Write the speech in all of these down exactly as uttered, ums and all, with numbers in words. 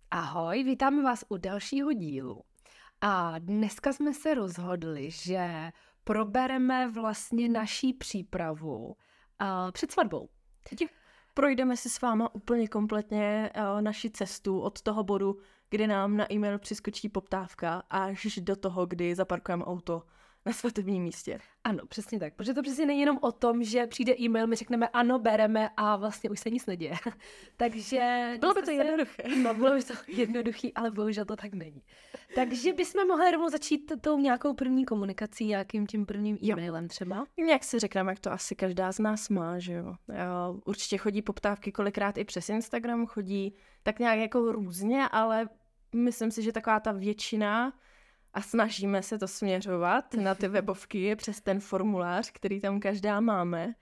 Ahoj, vítáme vás u dalšího dílu. A dneska jsme se rozhodli, že probereme vlastně naší přípravu uh, před svatbou. Projdeme si s váma úplně kompletně uh, naši cestu od toho bodu, kdy nám na e-mail přiskočí poptávka, až do toho, kdy zaparkujeme auto na svatebním místě. Ano, přesně tak, protože to přesně není jenom o tom, že přijde e-mail, my řekneme ano, bereme a vlastně už se nic neděje. Takže... Bylo by to jednoduché. No, bylo by to jednoduchý, ale bohužel to tak není. Takže bychom mohli rovnou začít tou nějakou první komunikací, nějakým tím prvním e-mailem třeba. Jak si řekneme, jak to asi každá z nás má, že jo. Určitě chodí poptávky kolikrát i přes Instagram, chodí tak nějak jako různě, ale myslím si, že taková ta většina a snažíme se to směřovat na ty webovky přes ten formulář, který tam každá máme.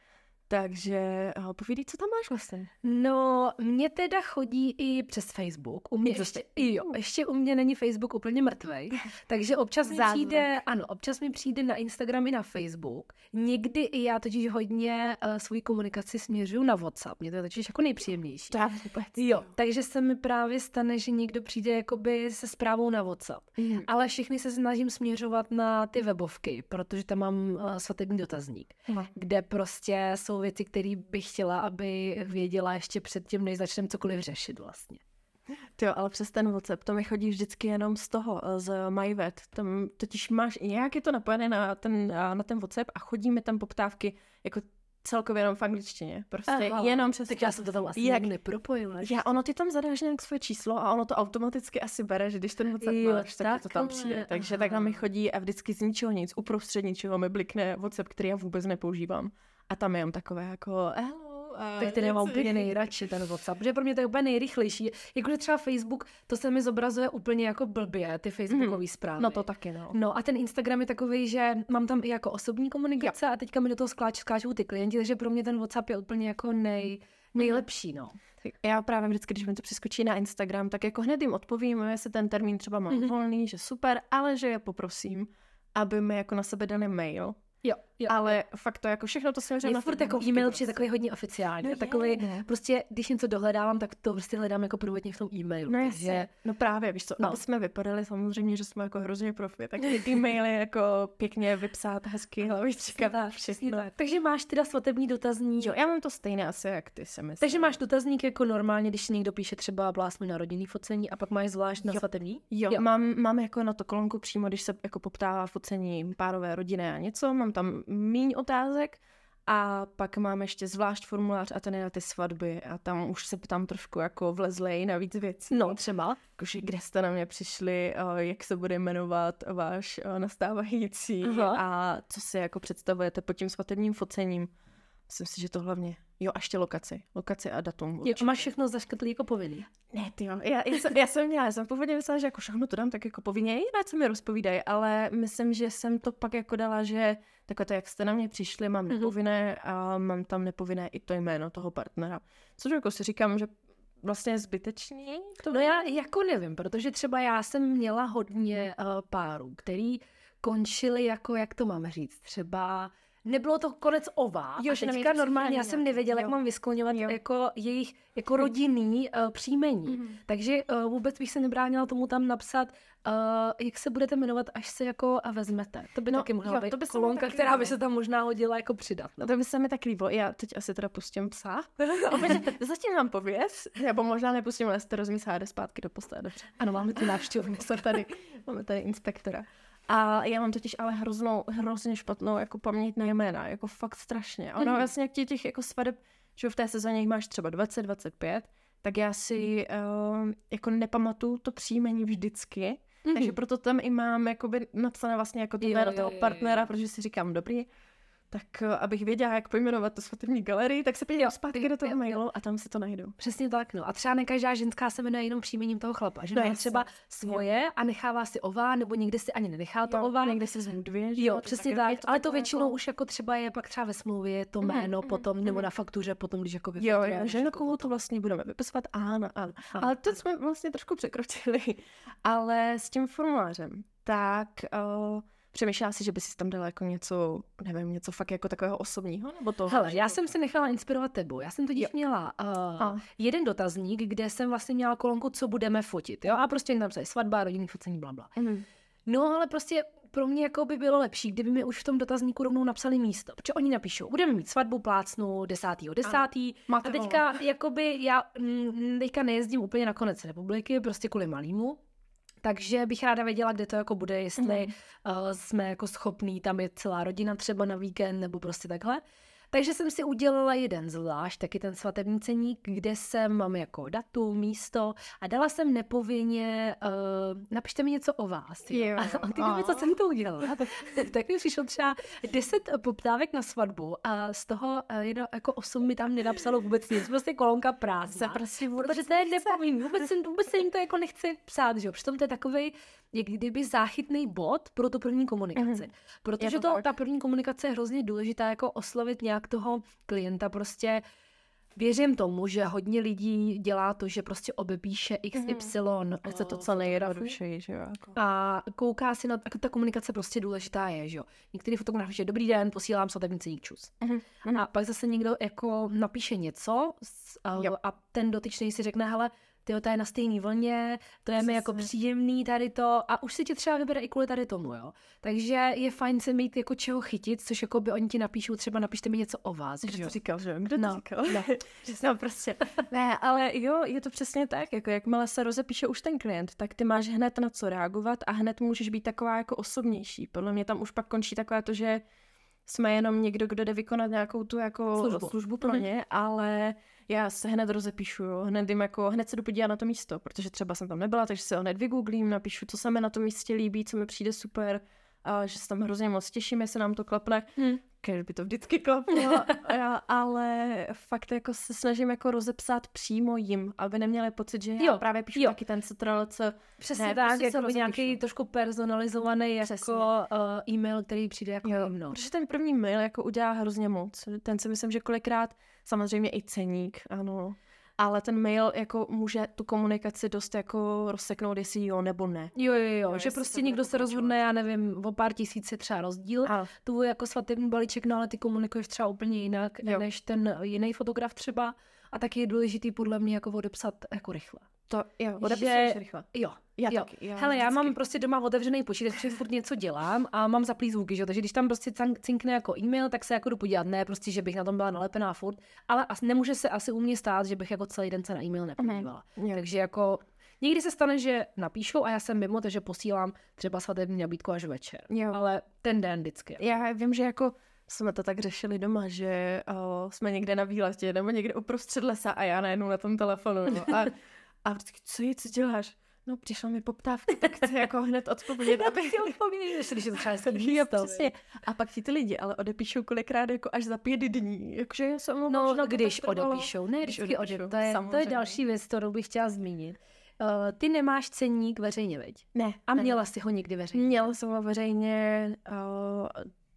Takže povídej, co tam máš vlastně? No, mě teda chodí i přes Facebook. U mě ještě, jo, ještě u mě není Facebook úplně mrtvej. Takže občas mi přijde, ano, občas mi přijde na Instagram i na Facebook. Někdy i já totiž hodně uh, svou komunikaci směřuju na WhatsApp. Mě to je totiž jako nejpříjemnější. To já vůbec. Jo, takže se mi právě stane, že někdo přijde jakoby se zprávou na WhatsApp. Mm. Ale všechny se snažím směřovat na ty webovky, protože tam mám uh, svatební dotazník, mm. kde prostě jsou věci, které bych chtěla, aby věděla ještě předtím, než začneme cokoliv řešit vlastně. Jo, ale přes ten WhatsApp to mi chodí vždycky jenom z toho, z MyVet. Tam totiž máš nějak je to napojené na ten, na ten WhatsApp a chodí mi tam poptávky jako celkově jenom v angličtině. Prostě Aha, jenom přes... Tak já jsem to tam asi jak nepropojila. Já, ono ty tam zadáš nějak svoje číslo a ono to automaticky asi bere, že když ten WhatsApp jo, máš, tak, tak to tam přijde. Takže Aha. takhle mi chodí a vždycky z ničeho nic, uprostřed ničeho mi blikne WhatsApp, který já vůbec nepoužívám. A tam je jen takové jako hello. Uh, tak ty nemám úplně nejradši ten WhatsApp, protože pro mě to je úplně nejrychlejší. Jakože třeba Facebook, to se mi zobrazuje úplně jako blbě, ty facebookové mm. zprávy. No to taky, no. No a ten Instagram je takový, že mám tam i jako osobní komunikace jo. a teďka mi do toho skláč, skáčou ty klienti, takže pro mě ten WhatsApp je úplně jako nej, nejlepší, no. Já právě vždycky, když mi to přeskočí na Instagram, tak jako hned jim odpovím, jestli ten termín třeba mám mm-hmm. volný, že super, ale že je poprosím, aby mi jako na sebe dali mail. Jo, jo. Ale fakt to jako všechno to samozřejmě na furt jako e-mail přijde takový hodně oficiální. No takový, ne. Prostě, když něco dohledávám, tak to prostě hledám jako průvodně v tom e-mailu. No, takže... no právě, víš co, no. aby jsme vypadali samozřejmě, že jsme jako hrozně profi, tak ty e-maily jako pěkně vypsat, hezky, hlavička, všechno. Takže máš teda svatební dotazník. Jo, já mám to stejné asi, jak ty se myslím. Takže máš dotazník jako normálně, když někdo píše třeba blásmi na rodinný focení a pak máš zvlášť na jo. svatební? Jo, jo. Mám, mám jako na to kolonku přímo, když se jako poptává focení párové rodiny a něco, mám tam míň otázek a pak mám ještě zvlášť formulář a ten je na ty svatby a tam už se ptám trošku jako vlezlej na víc věcí. No třeba. Jakože kde jste na mě přišli, jak se bude jmenovat váš nastávající Aha. a co si jako představujete pod tím svatebním focením. Myslím si, že to hlavně, jo, a ještě lokaci. Lokaci a datum. Jo, máš všechno zaškatlý jako povinný. Ne, ty jo, já, já, jsem, já jsem měla, já jsem původně myslela, že jako všechno to dám tak jako povinně, jiné, co mi rozpovídají, ale myslím, že jsem to pak jako dala, že takové to, jak jste na mě přišli, mám nepovinné a mám tam nepovinné i to jméno toho partnera. Což jako si říkám, že vlastně je zbytečný. To... No já jako nevím, protože třeba já jsem měla hodně uh, párů, který končili jako, jak to mám říct, třeba... Nebylo to konec ová. Jo, a teďka normálně já jsem nevěděla, jo. jak mám vyskloňovat jako jejich jako rodinný uh, příjmení. Mm. Takže uh, vůbec bych se nebránila tomu tam napsat, uh, jak se budete jmenovat, až se jako vezmete. To by no, taky mohla jo, být to by kolonka, taky která by se tam možná hodila jako přidat. No to by se mi tak líbilo. Já teď asi teda pustím psa. Zatím nám pověz. Nebo možná nepustím, ale se to rozmyslá a jde zpátky do postele. Dobře. Ano, máme tu návštěvu. tady, máme tady inspektora. A já mám totiž ale hroznou, hrozně špatnou jako paměť na jména, jako fakt strašně. A ono mm-hmm. vlastně jak těch jako svadeb, že v té sezóně jich máš třeba dvacet, dvacet pět, tak já si uh, jako nepamatuju to příjmení vždycky, mm-hmm. takže proto tam i mám jakoby napsané vlastně jako to jméno toho partnera, protože si říkám, dobrý, tak abych věděla, jak pojmenovat tu svatební galerii, tak se podívám zpátky do toho mailu a tam si to najdu. Přesně tak, no. A třeba ne každá ženská se jmenuje jenom příjmením toho chlapa, že no má třeba svoje jo. a nechává si ová, nebo někde si ani nenechá to jo, ová. Někde si zvu dvě, že? Jo, přesně tak, to ale to většinou jako... už jako třeba je pak třeba ve smlouvě to jméno mm, potom, mm, nebo na faktuře potom, když jako vyfakturuješ. Jo, jo, že na koho to vlastně budeme vypisovat, ano, ano. Ale to jsme vlastně trošku překročili. Ale s tím formulářem, tak... Uh, Přemýšlela si, že by si tam dala jako něco, nevím, něco fakt jako takového osobního, nebo to? Hele, já jsem se nechala inspirovat tebou. Já jsem totiž jo. měla uh, jeden dotazník, kde jsem vlastně měla kolonku, co budeme fotit, jo? A prostě tam psali svatba, rodinný focení, blabla. Mm. No, ale prostě pro mě jako by bylo lepší, kdyby mi už v tom dotazníku rovnou napsali místo, protože oni napíšou, budeme mít svatbu plácnu desátého desátého A teďka, jakoby, já m, teďka nejezdím úplně na konec republiky, prostě kvůli malýmu, takže bych ráda věděla, kde to jako bude, jestli mm. uh, jsme jako schopní, tam je celá rodina třeba na víkend, nebo prostě takhle. Takže jsem si udělala jeden zvlášť, taky ten svatební ceník, kde jsem, mám jako datum, místo a dala jsem nepovinně, uh, napište mi něco o vás. Jo. A, a ty víš, co jsem to udělala. Tak mi přišlo třeba deset poptávek na svatbu a z toho uh, jedno, jako osm mi tam nenapsalo vůbec nic, prostě kolonka prázdná. Prostě protože to je nepovinný, vůbec, vůbec se jim to jako nechci psát, že jo. Přitom to je takovej, jak kdyby záchytný bod pro tu první komunikaci. Mm-hmm. Protože to, to ta první komunikace je hrozně důležitá, jako oslovit nějak toho klienta. Prostě věřím tomu, že hodně lidí dělá to, že prostě obepíše iks ypsilon. Mm-hmm. Chce to co nejjednodušeji, že jo. Jako. A kouká si na, jako ta komunikace prostě důležitá je, že jo. Některý fotograf že dobrý den, posílám svatební ceník, čus. Mm-hmm. A pak zase někdo jako napíše něco a, a ten dotyčný si řekne, hele, tyjo, to je na stejný vlně, to je mi jako příjemný tady to a už si tě třeba vybere i kvůli tady tomu, jo. Takže je fajn se mít jako čeho chytit, což jako by oni ti napíšou, třeba napište mi něco o vás. Kdo to říkal, že jo? Kdo to no, říkal? No. no, prostě. Ne, ale jo, je to přesně tak, jako jakmile se rozepíše už ten klient, tak ty máš hned na co reagovat a hned můžeš být taková jako osobnější. Podle mě tam už pak končí takové to, že jsme jenom někdo, kdo jde vykonat nějakou tu jako službu, službu pro ně, mm-hmm. ale já se hned rozepíšu, hned, jim jako, hned se jdu podívat na to místo, protože třeba jsem tam nebyla, takže se ho hned vygooglím, napíšu, co se mi na tom místě líbí, co mi přijde super, a že se tam hrozně moc těším, jestli nám to klapne. Hmm. Když by to vždycky klaplo, ale fakt jako se snažím jako rozepsat přímo jim, aby neměli pocit, že jo, já právě píšu jo. taky ten ctrl, co... Přesně ne, tak, prostě jako nějaký trošku personalizovaný jako uh, e-mail, který přijde jako jim. Protože ten první mail jako udělá hrozně moc. Ten si myslím, že kolikrát, samozřejmě i ceník, ano, ale ten mail jako může tu komunikaci dost jako rozseknout, jestli jo nebo ne. Jo, jo, jo, no, že prostě někdo se rozhodne, já nevím, o pár tisíc je třeba rozdíl, tu jako svatební balíček, no ale ty komunikuješ třeba úplně jinak, jo. než ten jiný fotograf třeba a taky je důležitý podle mě jako odepsat jako rychle. To jo, odepíšeš rychle. Jo. Já jo. taky, já Hele, vždycky. Já mám prostě doma otevřený počítač, protože furt něco dělám a mám zaplý zvuky, že? Takže když tam prostě cinkne jako e-mail, tak se jako jdu podívat. Ne, prostě, že bych na tom byla nalepená furt, ale as, nemůže se asi u mě stát, že bych jako celý den se na e-mail nepodívala. Mm. Takže jako někdy se stane, že napíšou a já jsem mimo, takže posílám třeba svatební nabídku až večer. Jo. Ale ten den vždycky. Já vím, že jako jsme to tak řešili doma, že o, jsme někde na výletě nebo někde uprostřed lesa a já najednou na tom telefonu. No, a, a vždycky, co je, co děláš? No, přišla mi poptávka, tak chci jako hned odpovědět, aby si odpovědět, když je to třeba se přesně. A pak ti ty lidi, ale odepíšou kolikrát jako až za pět dní. Jakože já jsem no, no když odepíšou, ne, když odepíšou. To je, to je další věc, kterou bych chtěla zmínit. Uh, ty nemáš ceník veřejně, veď? Ne. A měla ne. jsi ho někdy veřejně? Měla jsem ho veřejně uh,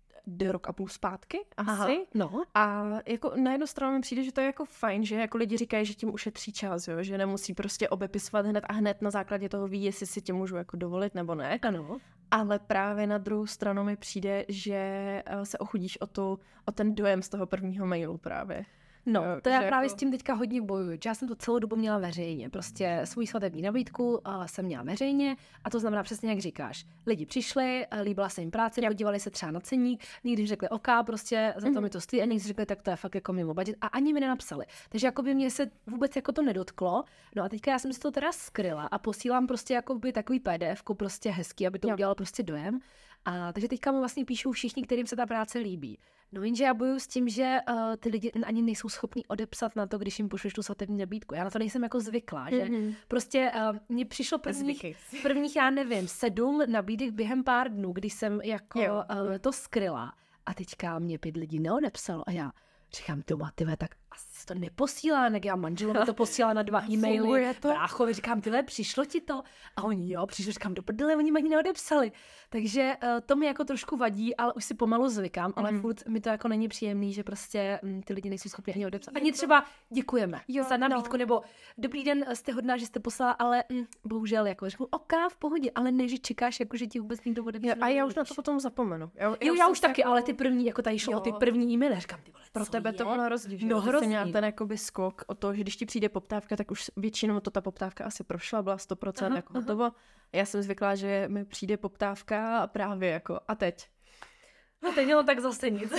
do rok a půl zpátky, asi. Aha, no. A jako na jednu stranu mi přijde, že to je jako fajn, že jako lidi říkají, že tím ušetří čas, jo? Že nemusí prostě obepisovat hned a hned na základě toho ví, jestli si tě můžu jako dovolit nebo ne. Ano. Ale právě na druhou stranu mi přijde, že se ochudíš o, tu, o ten dojem z toho prvního mailu právě. No, to já právě jako s tím teďka hodně bojuju. Já jsem to celou dobu měla veřejně. Prostě svůj svatební nabídku uh, jsem měla veřejně a to znamená přesně, jak říkáš. Lidi přišli, líbila se jim práce, podívali se třeba na ceník, někdy řekli OK, prostě za to mm. mi to stojí a někdy řekli, tak to je fakt jako mimo budget a ani mi nenapsali. Takže jako by mě se vůbec jako to nedotklo. No a teďka já jsem si to teda skryla a posílám prostě jako by takový P D F, prostě hezký, aby to jo. udělalo prostě dojem. A takže teďka mi vlastně píšou všichni, kterým se ta práce líbí. No jenže já bojuju s tím, že uh, ty lidi ani nejsou schopní odepsat na to, když jim pošleš tu svatební nabídku. Já na to nejsem jako zvyklá, že mm-hmm. prostě uh, mně přišlo prvních, prvních, já nevím, sedm nabídek během pár dnů, když jsem jako uh, to skryla. A teďka mě pět lidí neodepsalo a já říkám, doma, tyve, tak asi se to neposílá, tak já manželovi to posílá na dva e-maily, bráchovi říkám, tyhle, přišlo ti to? A oni, jo, přišlo, říkám, do prdele, oni ani neodepsali. Takže uh, to mi jako trošku vadí, ale už si pomalu zvykám, ale mm. furt mi to jako není příjemný, že prostě m, ty lidi nejsou schopni ani odepsat. Ani třeba děkujeme jo, za nabídku, no. nebo dobrý den, jste hodná, že jste poslala, ale mm, bohužel, jako řeknu, ok, v pohodě, ale ne, že čekáš, jako, že ti vůbec někdo odepsal. A já už na to potom zapomenu. Já, jo, já, já už taky, jako... ale ty první, jako tady šlo jo. o ty první e-maily, říkám, ty vole, pro tebe je? to bylo rozdíl, že? No hrozný. Měla ten jakoby skok o to, že když ti přijde poptávka, tak už většinou to ta poptávka asi prošla, byla sto procent aha, jako hotovo. Aha. Já jsem zvyklá, že mi přijde poptávka a právě jako a teď. A teď no tak zase nic.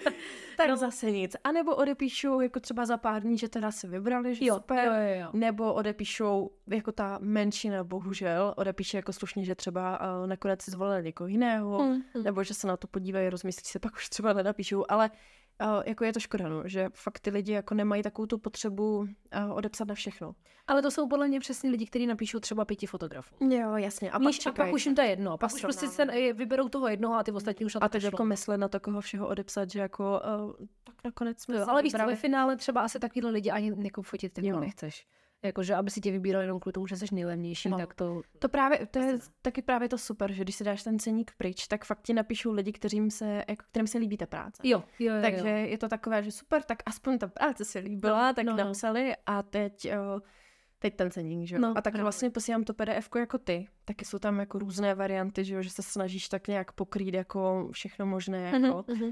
tak no. zase nic. A nebo odepíšou jako třeba za pár dní, že teda si vybrali, že jo, super. Jo, jo, jo. Nebo odepíšou jako ta menšina, bohužel, odepíše jako slušně, že třeba uh, nakonec si zvolili někoho jiného, mm, mm. nebo že se na to podívají, rozmyslí se, pak už třeba nenapíšou, ale Uh, jako je to škoda, no, že fakt ty lidi jako nemají takovou tu potřebu uh, odepsat na všechno. Ale to jsou podle mě přesně lidi, kteří napíšou třeba pěti fotografů. Jo, jasně. A, Míš, pak, a pak už jim to je jedno. Pak už prostě se vyberou toho jednoho a ty ostatní už na to a teď jako myslet na to, koho všeho odepsat, že jako uh, tak nakonec jsme jo, ale víš co, ve finále třeba asi takovýhle lidi ani jako fotit ty nechceš. Jakože, aby si tě vybíral jenom kvůli tomu, že jsi nejlevnější, no. tak to... To právě, to je taky právě to super, že když si dáš ten ceník pryč, tak fakt ti napíšou lidi, kterým se, jako, kterým se líbí ta práce. Jo, jo, jo. Takže jo. je to takové, že super, tak aspoň ta práce se líbila, no, tak no, napsali a teď, o, teď ten ceník, že jo. No, a tak no. vlastně posílám to P D F ko jako ty. Taky jsou tam jako různé varianty, že jo, že se snažíš tak nějak pokrýt jako všechno možné, jako... Uh-huh,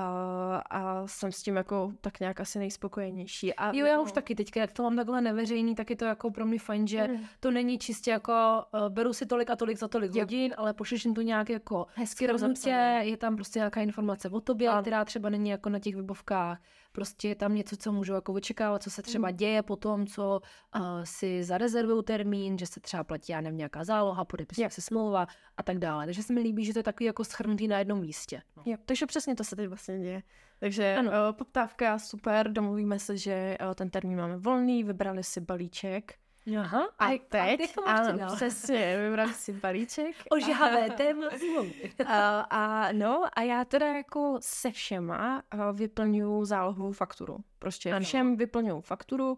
A, a jsem s tím jako tak nějak asi nejspokojenější. A, jo, já no. už taky teďka, jak to mám takhle neveřejný, tak je to jako pro mě fajn, že mm. to není čistě jako uh, beru si tolik a tolik za tolik jo. hodin, ale pošleš jim to nějak jako hezky rozhodně, je tam prostě nějaká informace o tobě, a... která třeba není jako na těch webovkách. Prostě je tam něco, co můžu jako očekávat, co se třeba mm. děje po tom, co uh, si zarezervuju termín, že se třeba platí, já nevím, nějaká záloha, podepisuje se smlouva a tak dále. Takže se mi líbí, že to je takový jako shrnutý na jednom místě. No. Jo, takže přesně to se teď vlastně děje. Takže uh, poptávka, super, domluvíme se, že uh, ten termín máme volný, vybrali si balíček. Aha, a, a teď, a ano, přesně, vybrali si balíček. Ožahavé téma. a, a no, a já teda jako se všema vyplňuji zálohovou fakturu. Prostě ano. všem vyplňuji fakturu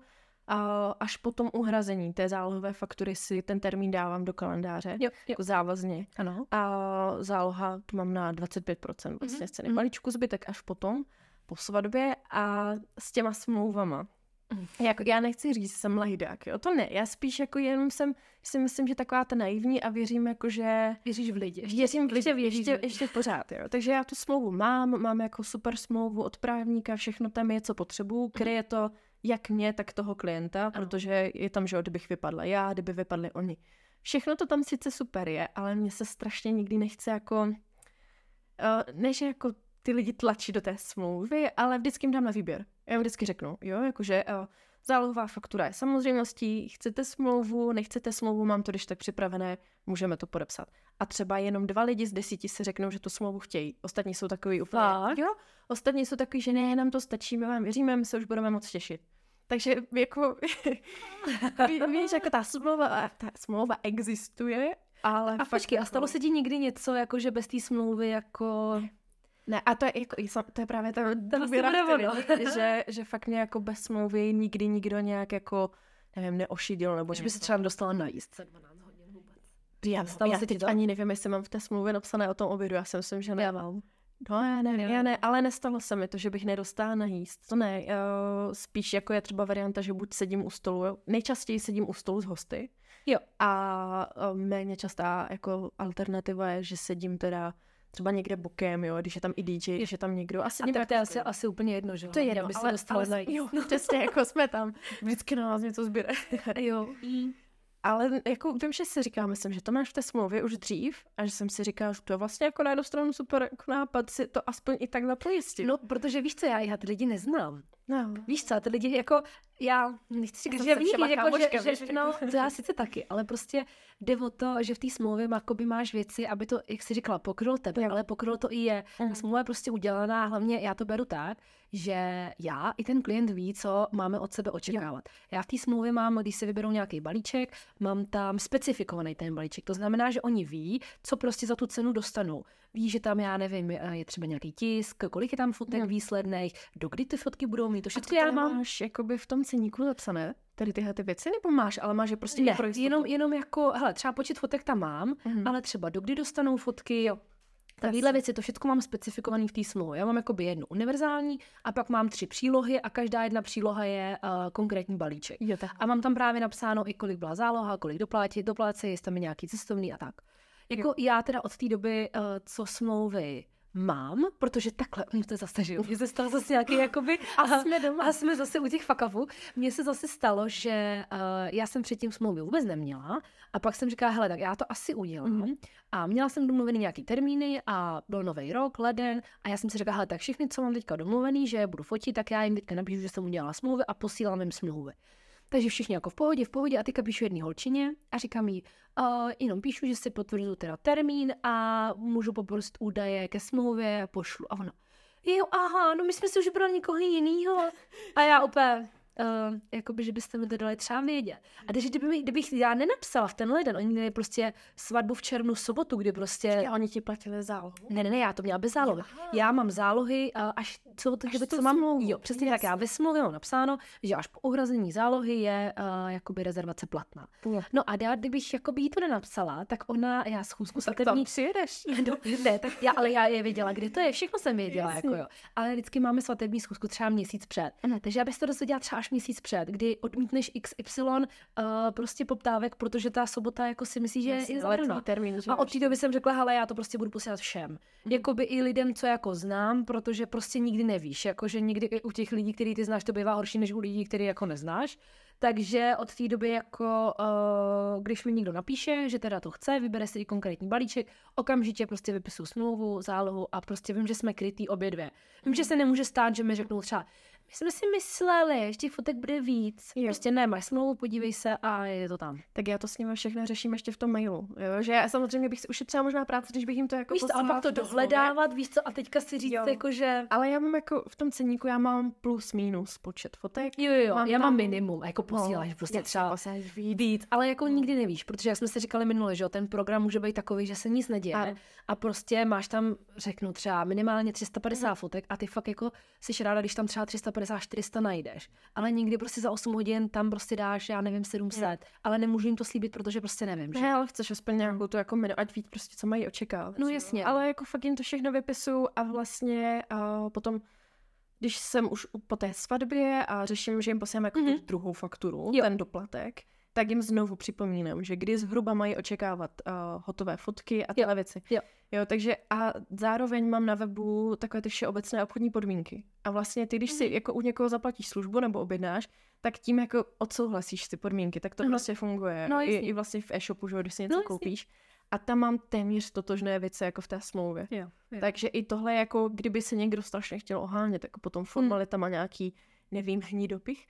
a až po tom uhrazení té zálohové faktury si ten termín dávám do kalendáře, jo, jo. jako závazně. Ano. A záloha tu mám na dvacet pět procent vlastně z ceny balíčku, zbytek až potom, po svatbě a s těma smlouvama. Mm. Jako, já nechci říct, že jsem lajdák, jo, to ne, já spíš jako jenom jsem, si myslím, že taková ta naivní a věřím jako, že... Věříš v lidi. Věřím v lidi, ještě, ještě, ještě pořád, jo, takže já tu smlouvu mám, mám jako super smlouvu od právníka, všechno tam je, co potřebuju, kryje to jak mě, tak toho klienta, ano. protože je tam, že kdybych vypadla já, kdyby vypadli oni. Všechno to tam sice super je, ale mně se strašně nikdy nechce jako... Uh, ne, že jako ty lidi tlačí do té smlouvy, ale vždycky jim dám na výběr. Já jim vždycky řeknu, jo, jakože uh, zálohová faktura je samozřejmostí, chcete smlouvu, nechcete smlouvu, mám to když tak připravené, můžeme to podepsat. A třeba jenom dva lidi z desíti si řeknou, že tu smlouvu chtějí. Ostatní jsou takový úplně, tak. jo, ostatní jsou takový, že ne, nám to stačí, my vám věříme, my se už budeme moc těšit. Takže jako, víš, jako ta smlouva, ta smlouva existuje, ale a počkej, a stalo se ti někdy něco, jako že bez té smlouvy, jako... Ne, a to je, jako, to je právě ta důvěra, že, že fakt mě jako bez smlouvy nikdy nikdo nějak jako, nevím, neošidil, nebo že by se třeba dostala najíst se dvanáct hodin vůbec. Já, já teď to? ani nevím, jestli mám v té smlouvě napsané o tom obědu, já si myslím, že ne. Já mám. No já ne, já ne, ale nestalo se mi to, že bych nedostala najíst. To ne, uh, spíš jako je třeba varianta, že buď sedím u stolu, nejčastěji sedím u stolu s hosty. Jo. A uh, méně častá jako alternativa je, že sedím teda třeba někde bokem, jo, když je tam i D J, když je tam někdo. Asi a tak to je asi, asi úplně jedno, že? To je jedno, aby ale, dostala ale jo, přesně, jako jsme tam. Vždycky na nás něco zbyde. Jo. Mm. Ale jako vím, že si říkám, myslím, že to máš v té smlouvě už dřív a že jsem si říkala, že to je vlastně jako na jednu stranu super jako nápad si to aspoň i takhle pojistit. No, protože víš co, já, já ty lidi neznám. No. Víš co, ty lidi jako, já nechci říkat, že víš, jako, že, že, no, to já sice taky, ale prostě jde o to, že v té smlouvě jakoby máš věci, aby to, jak jsi říkala, pokrylo tebe, jo. ale pokrylo to i je. Mm. Ta smlouva je prostě udělaná, hlavně já to beru tak, že já i ten klient ví, co máme od sebe očekávat. Jo. Já v té smlouvě mám, když si vyberou nějaký balíček, mám tam specifikovaný ten balíček. To znamená, že oni ví, co prostě za tu cenu dostanou. Ví, že tam, já nevím, je třeba nějaký tisk, kolik je tam fotek mm. výsledných, dokdy ty fotky budou smluvní, to všechno já já mám. Máš jakoby v tom ceníku zapsané tady tyhle ty věci, nebo máš, ale máš je prostě ne, pro jistotu? jenom, jenom jako, hele, třeba počet fotek tam mám, mm-hmm. ale třeba dokdy dostanou fotky, jo. Takovýhle věci, to všechno mám specifikovaný v té smlouvě. Já mám jakoby jednu univerzální a pak mám tři přílohy a každá jedna příloha je uh, konkrétní balíček. Jo, a mám tam právě napsáno i kolik byla záloha, kolik doplatit, doplácí, jestli tam je nějaký cestovný a tak. Jako jo. Já teda od té doby, uh, co smlouvy mám, protože takhle, mě to zase žil, mně se stalo zase nějaký jakoby, a jsme doma. A jsme zase u těch fakavů. Mně se zase stalo, že uh, já jsem předtím smlouvy vůbec neměla a pak jsem říkala, hele, tak já to asi udělám. Mm. A měla jsem domluvený nějaký termíny a byl nový rok, leden a já jsem si říkala, hele, tak všechny, co mám teďka domluvený, že budu fotit, tak já jim teďka napíšu, že jsem udělala smlouvy a posílám jim smlouvy. Takže všichni jako v pohodě, v pohodě a teďka píšu jedný holčině a říkám jí, uh, jenom píšu, že si potvrzuju teda termín a můžu poprosit údaje ke smlouvě a pošlu. A ona, jo, aha, no my jsme si už brali někoho jinýho. A já úplně, uh, jakoby, že byste mi to dali třeba vědět. A takže kdyby, kdybych já nenapsala v ten leden, oni měli prostě svatbu v červnu, sobotu, kdy prostě... A oni ti platili zálohu? Ne, ne, ne, já to měla bez zálohy. Aha. Já mám zálohy uh, až co, až co mám... Smlouvu. Jo, přesně yes. Tak já ve smlouvě mám napsáno, že až po uhrazení zálohy je uh, jakoby rezervace platná. Jo. No a já, kdybych jakoby jí to nenapsala, tak ona, já schůzku tak tam přijedeš. No, ne, tak já, ale já je věděla, kde to je, všechno jsem věděla, jako jo. Ale vždycky máme svatební schůzku třeba měsíc před. Aha. Takže já bych to dozvěděla třeba až měsíc před, kdy odmítneš iks ypsilon uh, prostě poptávek, protože ta sobota jako si myslí, že yes, je zavřená. A od té doby jsem řekla, hele, já to prostě budu posílat všem. Mm. Jakoby i lidem, co jako znám, protože prostě nikdy nevíš, jakože nikdy u těch lidí, který ty znáš, to bývá horší než u lidí, který jako neznáš. Takže od té doby, jako uh, když mi někdo napíše, že teda to chce, vybere si i konkrétní balíček, okamžitě prostě vypisuju smlouvu, zálohu a prostě vím, že jsme krytý obě dvě. Vím, že se nemůže stát, že mi řeknou třeba, my jsme si mysleli, že těch fotek bude víc. Jo. Prostě ne, máš smlouvu, podívej se a je to tam. Tak já to s nimi všechno řeším ještě v tom mailu. Jo? Že já samozřejmě bych si ušetřila možná práci, když bych jim to jako víš poslala. Víš, ale pak to dohledávat, víš co, a teďka si říct, jako, že... Ale já mám jako v tom ceníku, já mám plus minus počet fotek. Jo, jo, mám já tam... mám minimum, jako posíláš no, prostě třeba víc, ale jako nikdy nevíš, protože jak jsme si říkali minule, že ten program může být takový, že se nic neděje a, a prostě máš tam, řeknu třeba minimálně tři sta padesát mm. fotek a ty fakt jako jsi ráda, když tam třeba tři sta padesát, čtyři sta najdeš, ale nikdy prostě za osm hodin tam prostě dáš, já nevím, sedm set, mm. ale nemůžu jim to slíbit, protože prostě nevím. Že? Ne, ale chceš aspoň nějakou tu jako minu, ať víc prostě, co mají očekávat. No jasně. Ale jako fakt jim to všechno vypisuju a vlastně a potom když jsem už po té svatbě a řeším, že jim posílám jako mm-hmm. tu druhou fakturu, jo. ten doplatek, tak jim znovu připomínám, že kdy zhruba mají očekávat uh, hotové fotky a tyhle jo. věci. Jo. Jo, takže a zároveň mám na webu takové ty všeobecné obchodní podmínky. A vlastně ty, když si jako u někoho zaplatíš službu nebo objednáš, tak tím jako odsouhlasíš ty podmínky, tak to no. prostě funguje. No, I, I vlastně v e-shopu, že když si něco no, koupíš. A tam mám téměř totožné věci jako v té smlouvě. Jo, jo. Takže i tohle jako, kdyby se někdo strašně chtěl ohánět, jako potom formalitama hmm. nějaký, nevím, hnidopich,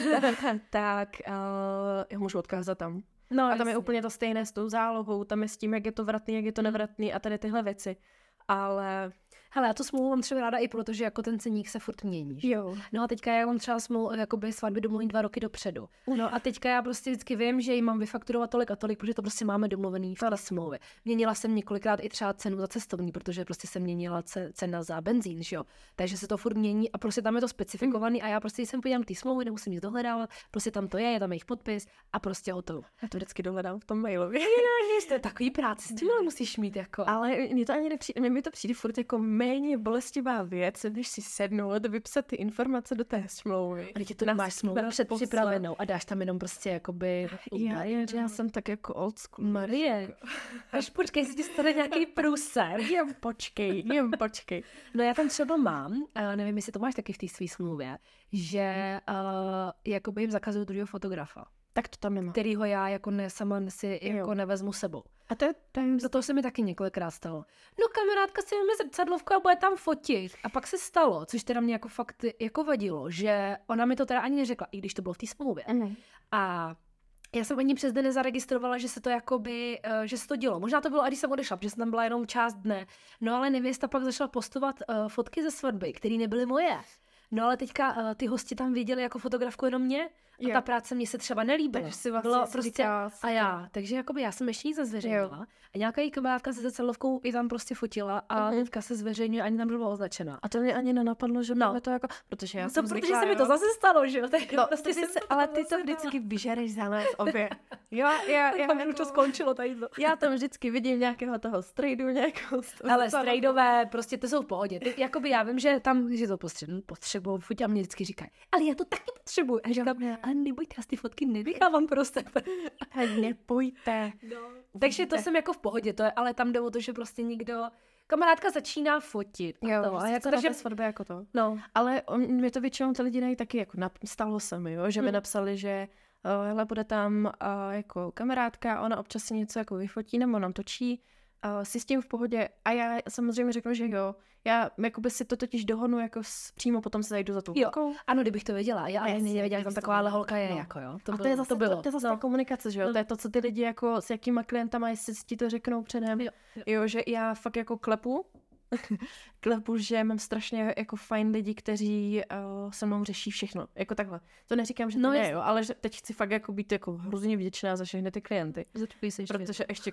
tak uh, já můžu odkázat tam. No, a tam jasně. Je úplně to stejné s tou zálohou, tam je s tím, jak je to vratný, jak je to nevratný a tady tyhle věci. Ale... Hele, já to smlouvu mám třeba ráda i proto, že jako ten ceník se furt mění. Jo. No a teďka já mám třeba smlouvu, jakoby svatby domluvený dva roky dopředu. No a teďka já prostě vždycky vím, že jim mám vyfakturovat tolik a tolik, protože to prostě máme domluvený v té smlouvě. Měnila jsem několikrát i třeba cenu za cestovní, protože prostě se měnila cena za benzín, že jo. Takže se to furt mění a prostě tam je to specifikovaný a já prostě když jsem podívám ty smlouvy, nemusím nic dohledávat, prostě tam to je, je tam jejich podpis a prostě hotovo. Já to vždycky dohledám v tom mailu. To je takový práci, s tím musíš mít jako. Ale mě to ani nepřijde, mě to přijde furt jako méně bolestivá věc, než si sednout, vypsat ty informace do té smlouvy. A teď to máš smlouvu předpřipravenou a dáš tam jenom prostě jakoby... Já, já jsem tak jako old school. Marie, až počkej, si ti stane nějaký průser. Jen počkej, jen počkej. No já tam třeba mám, nevím, jestli to máš taky v té své smlouvě, že uh, jakoby jim zakazuju druhého fotografa. Tak to tam nemá. Kterýho já jako ne, sama si jako nevezmu sebou. A to je, to je... Za to se mi taky několikrát stalo. No kamarádka si vezme zrcadlovku a bude tam fotit. A pak se stalo, což teda mě jako fakt jako vadilo, že ona mi to teda ani neřekla, i když to bylo v té smlouvě. Mm. A já jsem ani přes den nezaregistrovala, že se to jakoby, uh, že se to dělo. Možná to bylo, a když jsem odešla, protože jsem tam byla jenom část dne. No ale nevěsta pak začala postovat uh, fotky ze svatby, které nebyly moje. No ale teďka uh, ty hosti tam viděli jako fotografku jenom mě a ta práce mě se třeba nelíbila. Takže si vlastně Bylo si prostě říkala, a já, takže jakoby já jsem ještě nic zveřejnila a nějaká jí kamarádka se celovkou i tam prostě fotila a uh-huh. teďka se zveřejňuje, ani tam bylo označena. A to mě ani nenapadlo, že no. to jako, protože já no, jsem to, zvyklá, protože se mi jo. to zase stalo, že jo? No, prostě ty se, ale ty to vždycky vyžereš za nás obě. Jo, já, já, jako, to skončilo tady to. Já tam vždycky vidím nějakého toho strejdu, nějakou... Ale strejdové, prostě to jsou v pohodě. Ty, jakoby já vím, že tam, že to potřebuji, potřebuji, furt a mě vždycky říkají, ale já to taky potřebuji. A říkám, ale nebojte, já ty fotky nenechávám pro sebe. Nebojte. No. Takže to jsem jako v pohodě, to je, ale tam jde o to, že prostě nikdo... Kamarádka začíná fotit. Jo, to, a jako takže svatbě jako to. No. Ale mě to většinou ty lidi dají taky, jako stalo se mi, jo, že hmm. mi napsali, že uh, hele, bude tam uh, jako kamarádka, ona občas si něco jako vyfotí nebo nám točí, uh, si s tím v pohodě a já samozřejmě řeknu, že jo, já jakoby si to totiž dohonu jako s, přímo potom se zajdu za tu holkou. Ano, kdybych to věděla, já ani nevěděla, že tam takováhle holka je, no. jako jo. To a bylo, to je zase, to bylo. To, to je zase no. komunikace, že jo, no. To je to, co ty lidi jako s jakýma klientama, jestli ti to řeknou předem, jo, jo. jo že já fakt jako klepu, klepu, že mám strašně jako fajn lidi, kteří uh, se mnou řeší všechno, jako takhle. To neříkám, že to no, ne, jo, ale že teď chci fakt jako být jako hrozně vděčná za všechny ty klienty. Začuji se ještě. Protože ještě,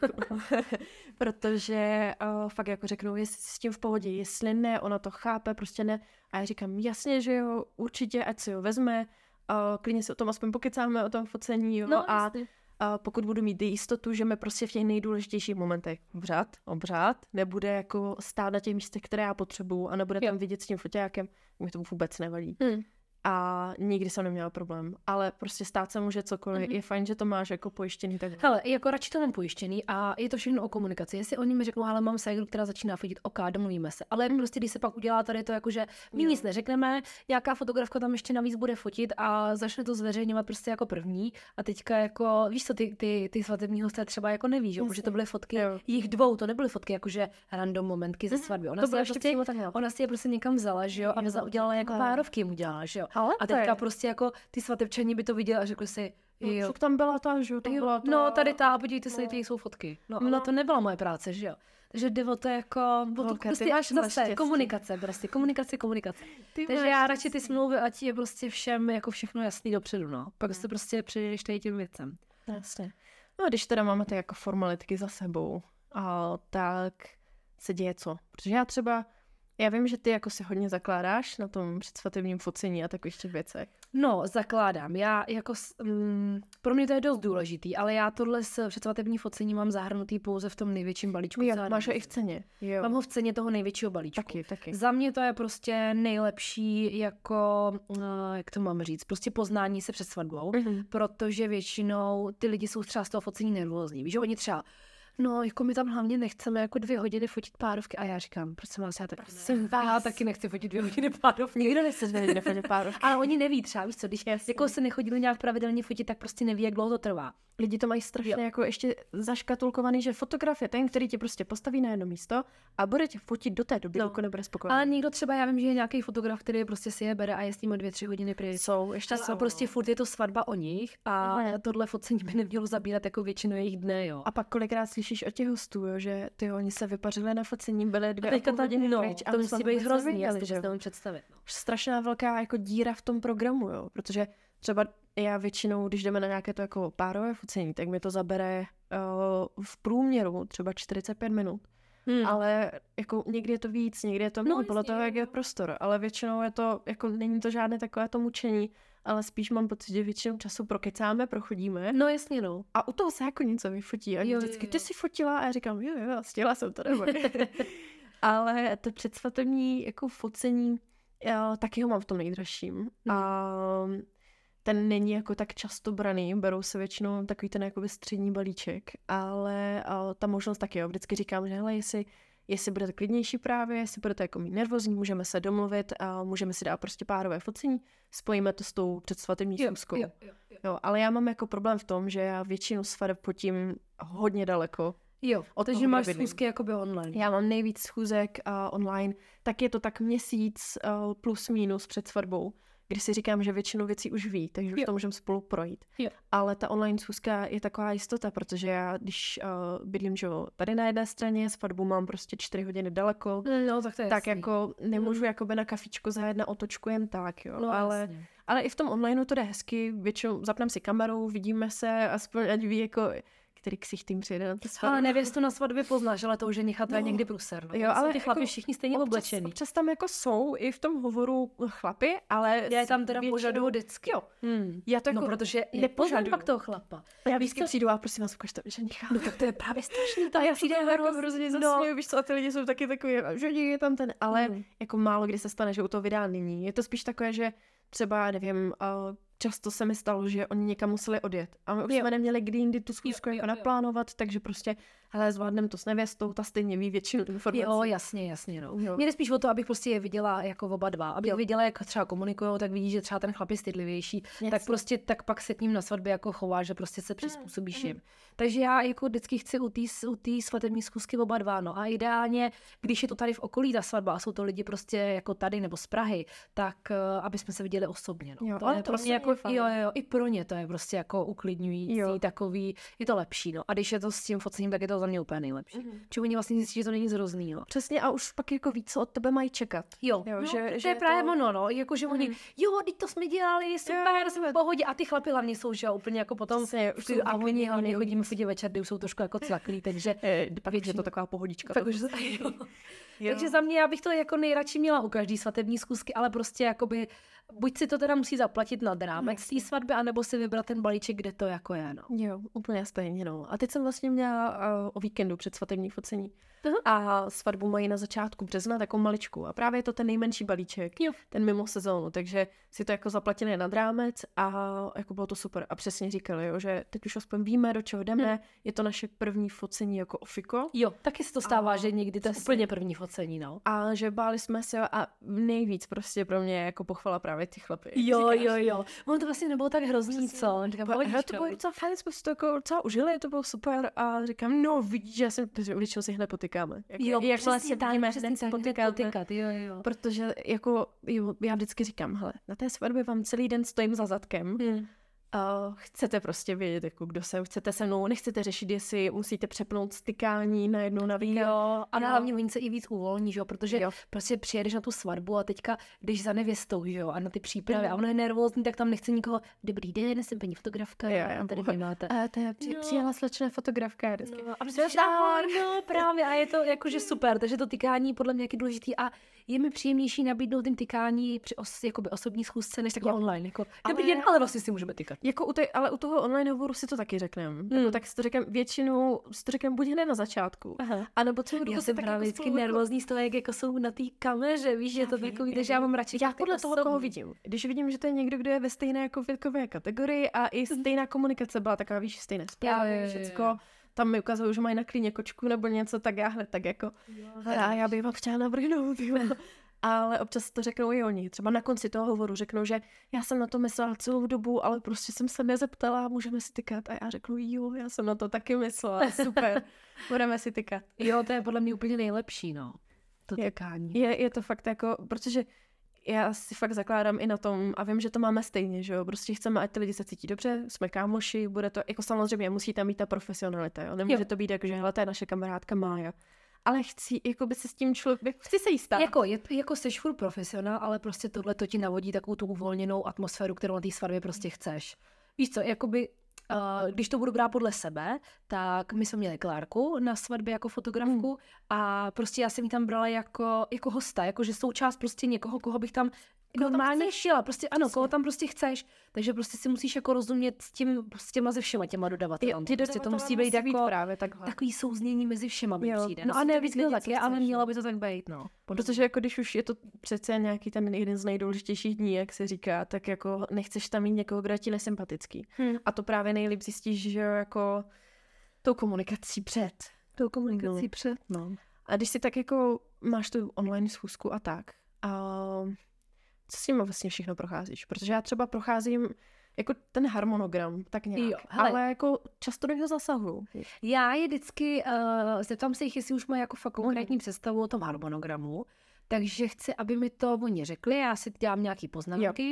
protože uh, fakt jako řeknou, jestli s tím v pohodě, jestli ne, ona to chápe, prostě ne. A já říkám, jasně, že jo, určitě, ať si ho vezme, uh, klidně si o tom aspoň pokecáme, o tom focení, jo, no, a a pokud budu mít jistotu, že mi prostě v těch nejdůležitějších momentech obřád, obřád, nebude jako stát na těch místech, které já potřebuju a nebude jo. tam vidět s tím foťákem, mi to vůbec nevadí. Hmm. A nikdy jsem neměla problém, ale prostě stát se může cokoliv. Mm-hmm. Je fajn, že to máš jako pojištěný. Tak... Hele, jako radši to mám pojištěný a je to všechno o komunikaci. Jestli oni mi řeknou, ale mám ségru, která začíná fotit, ok, domluvíme se. Ale mm. prostě, když se pak udělá tady to, jako že my jo. nic neřekneme, nějaká fotografka tam ještě navíc bude fotit a začne to zveřejňovat prostě jako první. A teďka jako, víš co, ty, ty, ty svatební hosté třeba jako neví, že? Protože to byly fotky jo. jich dvou, to nebyly fotky jakože random momentky ze svatby. Ona, si je, prostě, ona si je prostě někam vzala, že jo, a udělala jako párovky jim udělala, že jo. Ale a teďka prostě jako ty svatebčani by to viděli a řekli si, jo. No, tam byla ta, že jo, tam byla ta... No, tady ta, podívejte se, no. ty jsou fotky. No, no, to nebyla moje práce, že jo. Takže jde o to jako, o to prostě zase komunikace, prostě komunikace, komunikace. Ty Takže já radši ty smlouvy, ať je prostě všem jako všechno jasný dopředu, no. Pak no. se prostě přijdeš tady tím věcem. Jasně. No a když teda máme ty jako formalitky za sebou, a tak se děje co? Protože já třeba Já vím, že ty jako si hodně zakládáš na tom předsvatebním focení a takových těch věcech. No, zakládám. Já jako, mm, pro mě to je dost důležitý, ale já tohle s předsvatební focení mám zahrnutý pouze v tom největším balíčku. Jo, máš ho i v ceně. Jo. Mám ho v ceně toho největšího balíčku. Taky, taky. Za mě to je prostě nejlepší jako, uh, jak to mám říct, prostě poznání se před svatbou, mm-hmm. protože většinou ty lidi jsou třeba z toho focení nervózní. Víš, že oni třeba no, jako my tam hlavně nechceme jako dvě hodiny fotit párovky. A já říkám, proč jsem vás, já taky, jsem já taky nechci fotit dvě hodiny párovky. Nikdo nechce dvě hodiny fotit párovky. Ale oni neví třeba, víš co, když yes. jako se nechodili nějak pravidelně fotit, tak prostě neví, jak dlouho to trvá. Lidi to mají strašně jo. jako ještě zaškatulkovaný, že fotograf je ten, který tě prostě postaví na jedno místo a bude tě fotit do té doby, no. dokud nebude spokojený. Ale někdo třeba, já vím, že je nějaký fotograf, který prostě si je bere a je s tím dvě, tři hodiny pryč. Jsou, ještě jsou. A prostě furt je to svatba o nich a no. tohle focení by nemělo zabírat jako většinu jejich dne, jo. A pak kolikrát slyšíš od těch hostů, jo, že ty oni se vypařili na focení, byly dvě a půl hodiny no, pryč. A to musí být hrozný, já si to představit. No. Strašná velká jako díra v tom programu, jo, protože třeba já většinou, když jdeme na nějaké to jako párové focení, tak mi to zabere uh, v průměru třeba čtyřicet pět minut. Hmm. Ale jako někdy je to víc, někdy je to méně, no, podle toho, jak je prostor. Ale většinou je to, jako není to žádné takové to mučení, ale spíš mám pocit, že většinou času prokecáme, prochodíme. No jasně, no. A u toho se jako něco vyfotí. A jo, vždycky, jo, jo. ty si fotila a já říkám, jo, jo, stihla jsem to, nebo ale to předsvatební jako focení, jo, taky ho mám v tom nejdražším. Hmm. A ten není jako tak často braný, berou se většinou takový ten jakoby střední balíček, ale a, ta možnost taky, jo, vždycky říkám, že hele, jestli, jestli budete klidnější právě, jestli budete jako mít nervózní, můžeme se domluvit a můžeme si dát prostě párové focení, spojíme to s tou předsvatební schůzkou. Jo, jo, jo. jo, ale já mám jako problém v tom, že já většinu svateb fotím hodně daleko. Jo, takže máš schůzky jakoby online. Já mám nejvíc schůzek uh, online, tak je to tak měsíc uh, plus minus před svatbou, když si říkám, že většinu věcí už ví, takže jo. už to můžeme spolu projít. Jo. Ale ta online schůzka je taková jistota, protože já, když uh, bydlím že tady na jedné straně, svatbu mám prostě čtyři hodiny daleko, no, tak, to je tak jasný. jako nemůžu mm. jakoby na kafičko zajet na otočku jen tak, jo. No, ale, jasně. ale i v tom onlineu to jde hezky, většinou zapneme si kameru, vidíme se, aspoň ať ví jako... který ksich tým přijede na to svatbu. Ale nevěstu na svatbě poznáš, ale to už je nechat no. někdy průser. No. Jo, ale ty chlapi jako všichni stejně občas, oblečený. Občas tam jako jsou i v tom hovoru chlapi, ale... Já je tam teda většinou... požaduju vždycky. Jo. Hmm. Já to jako no, protože nepožaduju pak toho chlapa. Já vždycky to... přijdu a prosím vás, ukažte mi ženicha. No tak to je právě strašný. A já přijde jako hrozně zasměju, no. víš co, a ty lidi jsou taky takový, že je tam ten, ale hmm. jako málo kdy se stane, že u toho videa není. Je to spíš takové, že třeba, nevím, uh, často se mi stalo, že oni někam museli odjet. A my už jo. jsme neměli kdy jindy tu schůzku jako naplánovat, takže prostě, hele, zvládneme to s nevěstou, ta stejně ví většinu informací. Jo, jasně, jasně, no. Mě jde spíš o to, abych prostě je viděla jako oba dva. Abych jo. viděla, jak třeba komunikujou, tak vidí, že třeba ten chlap je stydlivější. Jasně. Tak prostě, tak pak se k ním na svatbě jako chová, že prostě se přizpůsobíš mm. jim. Takže já jako vždycky chci u té u té svatební schůzky oba dva, no. A ideálně, když je to tady v okolí ta svatba a jsou to lidi prostě jako tady nebo z Prahy, tak uh, aby jsme se viděli osobně, no. Jo, to je pro mě jako, jo, jo, i pro ně to je prostě jako uklidňující, jo. takový, je to lepší, no. A když je to s tím focením, tak je to za mě úplně nejlepší. Mm. Či oni vlastně zjistí, že to není hrozný, jo. Přesně, a už pak jako víc, co od tebe mají čekat. Jo, jo no, že, to že je právě to... ono, no, jako že oni, mm. jo, teď to jsme dělali, super, jsme v pohodě, a ty chlapi hlavně jsou, že úplně jako potom, Přesně, už a oni hlavně chodíme chodit večer, kdy už jsou trošku jako cvaklí, takže pak je to taková pohodička. Tak už, jo. Takže za mě, já bych to jako nejradši měla u každý svatební schůzky, ale prostě jakoby, buď si to teda musí zaplatit nad rámec té svatby, anebo si vybrat ten balíček, kde to jako je, no. Jo, úplně stejně, no. A teď jsem vlastně měla uh, o víkendu před svatební focení. Aha. A svatbu mají na začátku března, takovou maličku. A právě je to ten nejmenší balíček, jo. ten mimo sezónu, takže si to jako zaplatili nad rámec a jako bylo to super. A přesně říkali, jo, že teď už aspoň víme, do čeho jdeme, hmm. je to naše první focení jako ofiko. Jo, taky se to stává, a že někdy to je úplně první focení, no. A že báli jsme se a nejvíc prostě pro mě jako pochvala právě ty chlapy. Jo, říkáš, jo, jo. Ono to vlastně nebylo tak hrozný, co? Říkám, ba, hele, to bylo docela fajn, jsme si to jako docela užili, to bylo super a říkám, no vidíš, já jsem, protože většinou si hned potykáme. Jak, jo, jak vlastně vidíme, hned si potykat, jo, jo. Protože jako, jo, já vždycky říkám, hele, na té svatbě vám celý den stojím za zadkem. Hmm. Uh, chcete prostě vědět, jako kdo jsem, chcete se mnou, nechcete řešit, jestli musíte přepnout stykání najednou na víkend. Jo, a hlavně oni se i víc uvolní, že jo, protože jo. prostě přijedeš na tu svatbu a teďka jdeš za nevěstou, že jo, a na ty přípravy mm. a ono je nervózní, tak tam nechce nikoho, dobrý den, jsem paní fotografka, jo, a tady vy máte. A to je při, no. přijela slečna fotografka, vždycky. No, a ahoj, no právě, a je to jakože super, takže to tykání podle mě je důležitý a je mi příjemnější nabídnout tím tykání při os, jakoby osobní schůzce, než takhle online, jako dobrý den, ale vlastně si můžeme tykat. Jako u tej, ale u toho online hovoru si to taky řekneme. Hmm. Jako, tak si to řekneme většinou, si to řekneme buď hned na začátku. Aha. A nebo co já jsem právě vždycky jako nervózní z toho, jak jako jsou na té kameře, víš, že to takový, takže já mám radši. Já podle toho, koho vidím. Když vidím, že to je někdo, kdo je ve stejné jako věkové kategorii a i stejná komunikace byla taková, víš, stejné zprávy, všecko. Tam mi ukazují, že mají na klíně kočku nebo něco, tak já hned tak jako, já, já bych vám chtěla navrhnout. Ale občas to řeknou i oni. Třeba na konci toho hovoru řeknou, že já jsem na to myslela celou dobu, ale prostě jsem se nezeptala, můžeme si tykat. A já řeknu, jo, já jsem na to taky myslela, super, budeme si tykat. Jo, to je podle mě úplně nejlepší, no. To tykání. Je, je to fakt jako, protože já si fakt zakládám i na tom a vím, že to máme stejně, že jo, prostě chceme, ať ty lidi se cítí dobře, jsme kámoši, bude to, jako samozřejmě musí tam být ta profesionalita, jo, nemůže jo. to být jako, že hele, to je naše kamarádka Mája. Ale chci, jako by se s tím člověk, chci se jí stát. Jako, je, jako seš furt profesionál, ale prostě tohle to ti navodí takovou tu uvolněnou atmosféru, kterou na té svatbě prostě chceš. Víš co, jakoby, uh, když to budu brát podle sebe, tak my jsme měli Klárku na svatbě jako fotografku hmm. a prostě já jsem ji tam brala jako, jako hosta, jako že součást prostě někoho, koho bych tam koho normálně šila, prostě ano, koho tam prostě chceš, takže prostě si musíš jako rozumět s tím, s těma ze všema těma dodavatelem. Prostě to musí být jako právě takhle. Takový souznění mezi všema mi přijde. No a ne, vždycky to tak je, ale mělo by to tak být, no. Protože jako když už je to přece nějaký ten jeden z nejdůležitějších dní, jak se říká, tak jako nechceš tam mít někoho, kdo je ti nesympatický. Hmm. A to právě nejlíp zjistíš, že jako tou komunikací před. Tou komunikací no. před, no. A když si tak jako máš tu online schůzku a tak, a co s tím vlastně všechno procházíš? Protože já třeba procházím jako ten harmonogram, tak nějak, jo, ale jako často do něho zasahuju. Já je vždycky, uh, zeptám se jich, jestli už mají jako fakt konkrétní mm. představu o tom harmonogramu, takže chci, aby mi to oni řekli, já si dělám nějaký poznámky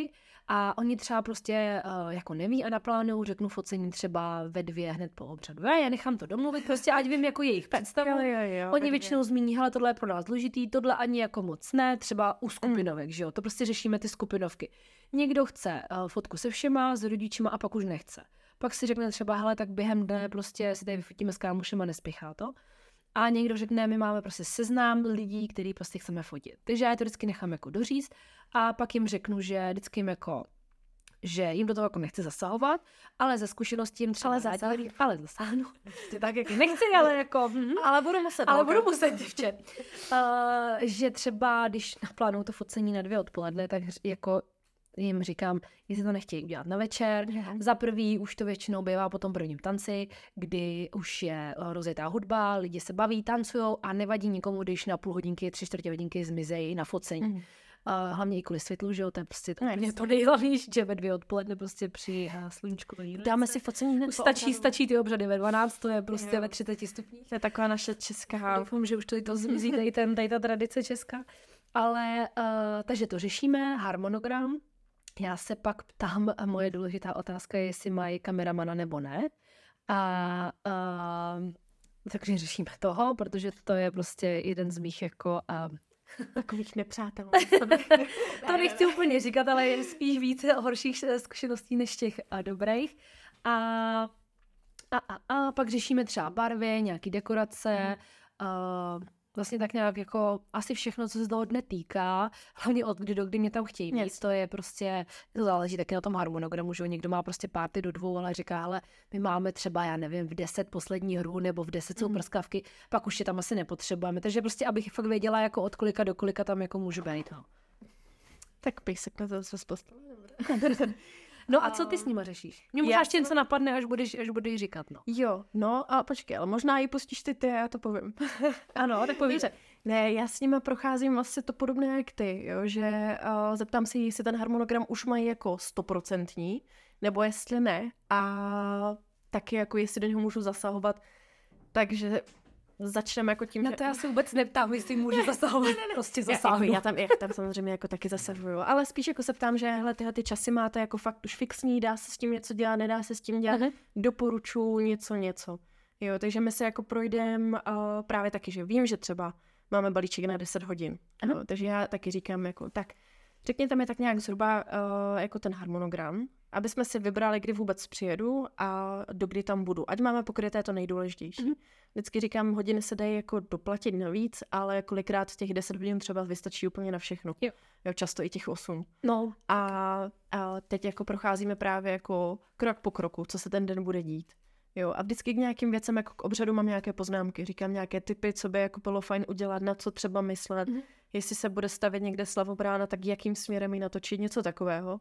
A oni třeba prostě uh, jako neví a naplánují, řeknu focení třeba ve dvě hned po obřadu. Já nechám to domluvit, prostě ať vím jako jejich představu. Jo, jo, jo, oni většinou zmíní, hele, tohle je pro nás důležitý, tohle ani jako moc ne, třeba u skupinovek, mm. že jo, to prostě řešíme ty skupinovky. Někdo chce uh, fotku se všema, s rodičima a pak už nechce. Pak si řekne třeba, hele, tak během dne prostě si tady vyfotíme s kámošema, nespěchá to. A někdo řekne, my máme prostě seznam lidí, který prostě chceme fotit. Takže já to vždycky nechám jako doříct a pak jim řeknu, že vždycky jim jako, že jim do toho jako nechci zasahovat, ale ze zkušeností jim třeba zasáhnu. Ale zasáhnu. Tak jako nechci, ale jako... Hm, ale budu muset. Ale budu muset, děvče. Uh, že třeba, když naplánuju to focení na dvě odpoledne, tak jako jim říkám, jestli to nechtějí udělat na večer. Mm. Za prvý už to většinou bývá po tom prvním tanci, kdy už je rozjetá hudba, lidi se baví, tancujou a nevadí nikomu, když na půl hodinky, tři čtvrtě hodinky zmizejí na focení. Mm. Uh, hlavně i kvůli světlu, že jo, to je prostě to, je to nejhlavnější, že ve dvě odpoledne prostě při uh, sluníčku. Dáme si focení hned stačí, stačí ty obřady ve dvanáct, to je prostě jo. Ve třiceti stupních. To je taková naše česká. Doufám, že už to, to zmizí, tady, ten, tady ta tradice česká. Ale, uh, takže to řešíme, harmonogram. Já se pak ptám, a moje důležitá otázka je, jestli mají kameramana nebo ne. A uh, takže řešíme toho, protože to je prostě jeden z mých jako... Uh, takových nepřátel. To nechci úplně říkat, ale je spíš více horších zkušeností než těch a dobrých. A, a, a, a pak řešíme třeba barvy, nějaký dekorace, uh, vlastně tak nějak jako asi všechno, co se toho dne týká, hlavně od kdy do kdy mě tam chtějí mít, yes. To je prostě, to záleží taky na tom harmonogramu, že někdo má prostě párty do dvou, ale říká, hele, my máme třeba, já nevím, v deset poslední hru, nebo v deset jsou mm. prskavky, pak už je tam asi nepotřebujeme, takže prostě, abych fakt věděla, jako od kolika do kolika tam jako můžu být, no. Tak písek na to se postavil. No a co ty s nima řešíš? Mě možná ještě něco napadne, až budeš, až budeš říkat, no. Jo, no a počkej, ale možná ji pustíš ty, ty a já to povím. Ano, tak povíš. Ne, já s nima procházím vlastně to podobné jak ty, jo, že uh, zeptám se, jestli ten harmonogram už mají jako stoprocentní, nebo jestli ne, a taky jako jestli do něho můžu zasahovat, takže začneme jako tím, na to já se vůbec neptám, jestli můžu zasahovat, ne, ne, ne. Prostě zasáhnu. Já, já, tam, já tam samozřejmě jako taky zasahuju, ale spíš jako se ptám, že hele, tyhle ty časy máte jako fakt už fixní, dá se s tím něco dělat, nedá se s tím dělat, uh-huh. Doporučuji něco, něco. Jo, takže my se jako projdeme uh, právě taky, že vím, že třeba máme balíček na deset hodin, uh-huh. Jo, takže já taky říkám jako tak, řekněte mi tak nějak zhruba uh, jako ten harmonogram, aby jsme si vybrali, kdy vůbec přijedu a do kdy tam budu. Ať máme pokryté to nejdůležitější. Mm-hmm. Vždycky říkám, hodiny se dají jako doplatit navíc, ale kolikrát těch deset hodin třeba vystačí úplně na všechno. Jo. Jo, často i těch osm. No. A, a teď jako procházíme právě jako krok po kroku, co se ten den bude dít. Jo, a vždycky k nějakým věcem, jako k obřadu mám nějaké poznámky, říkám nějaké tipy, co by jako bylo fajn udělat, na co třeba myslet, mm-hmm. Jestli se bude stavět někde slavobrána, tak jakým směrem ji natočit, něco takového.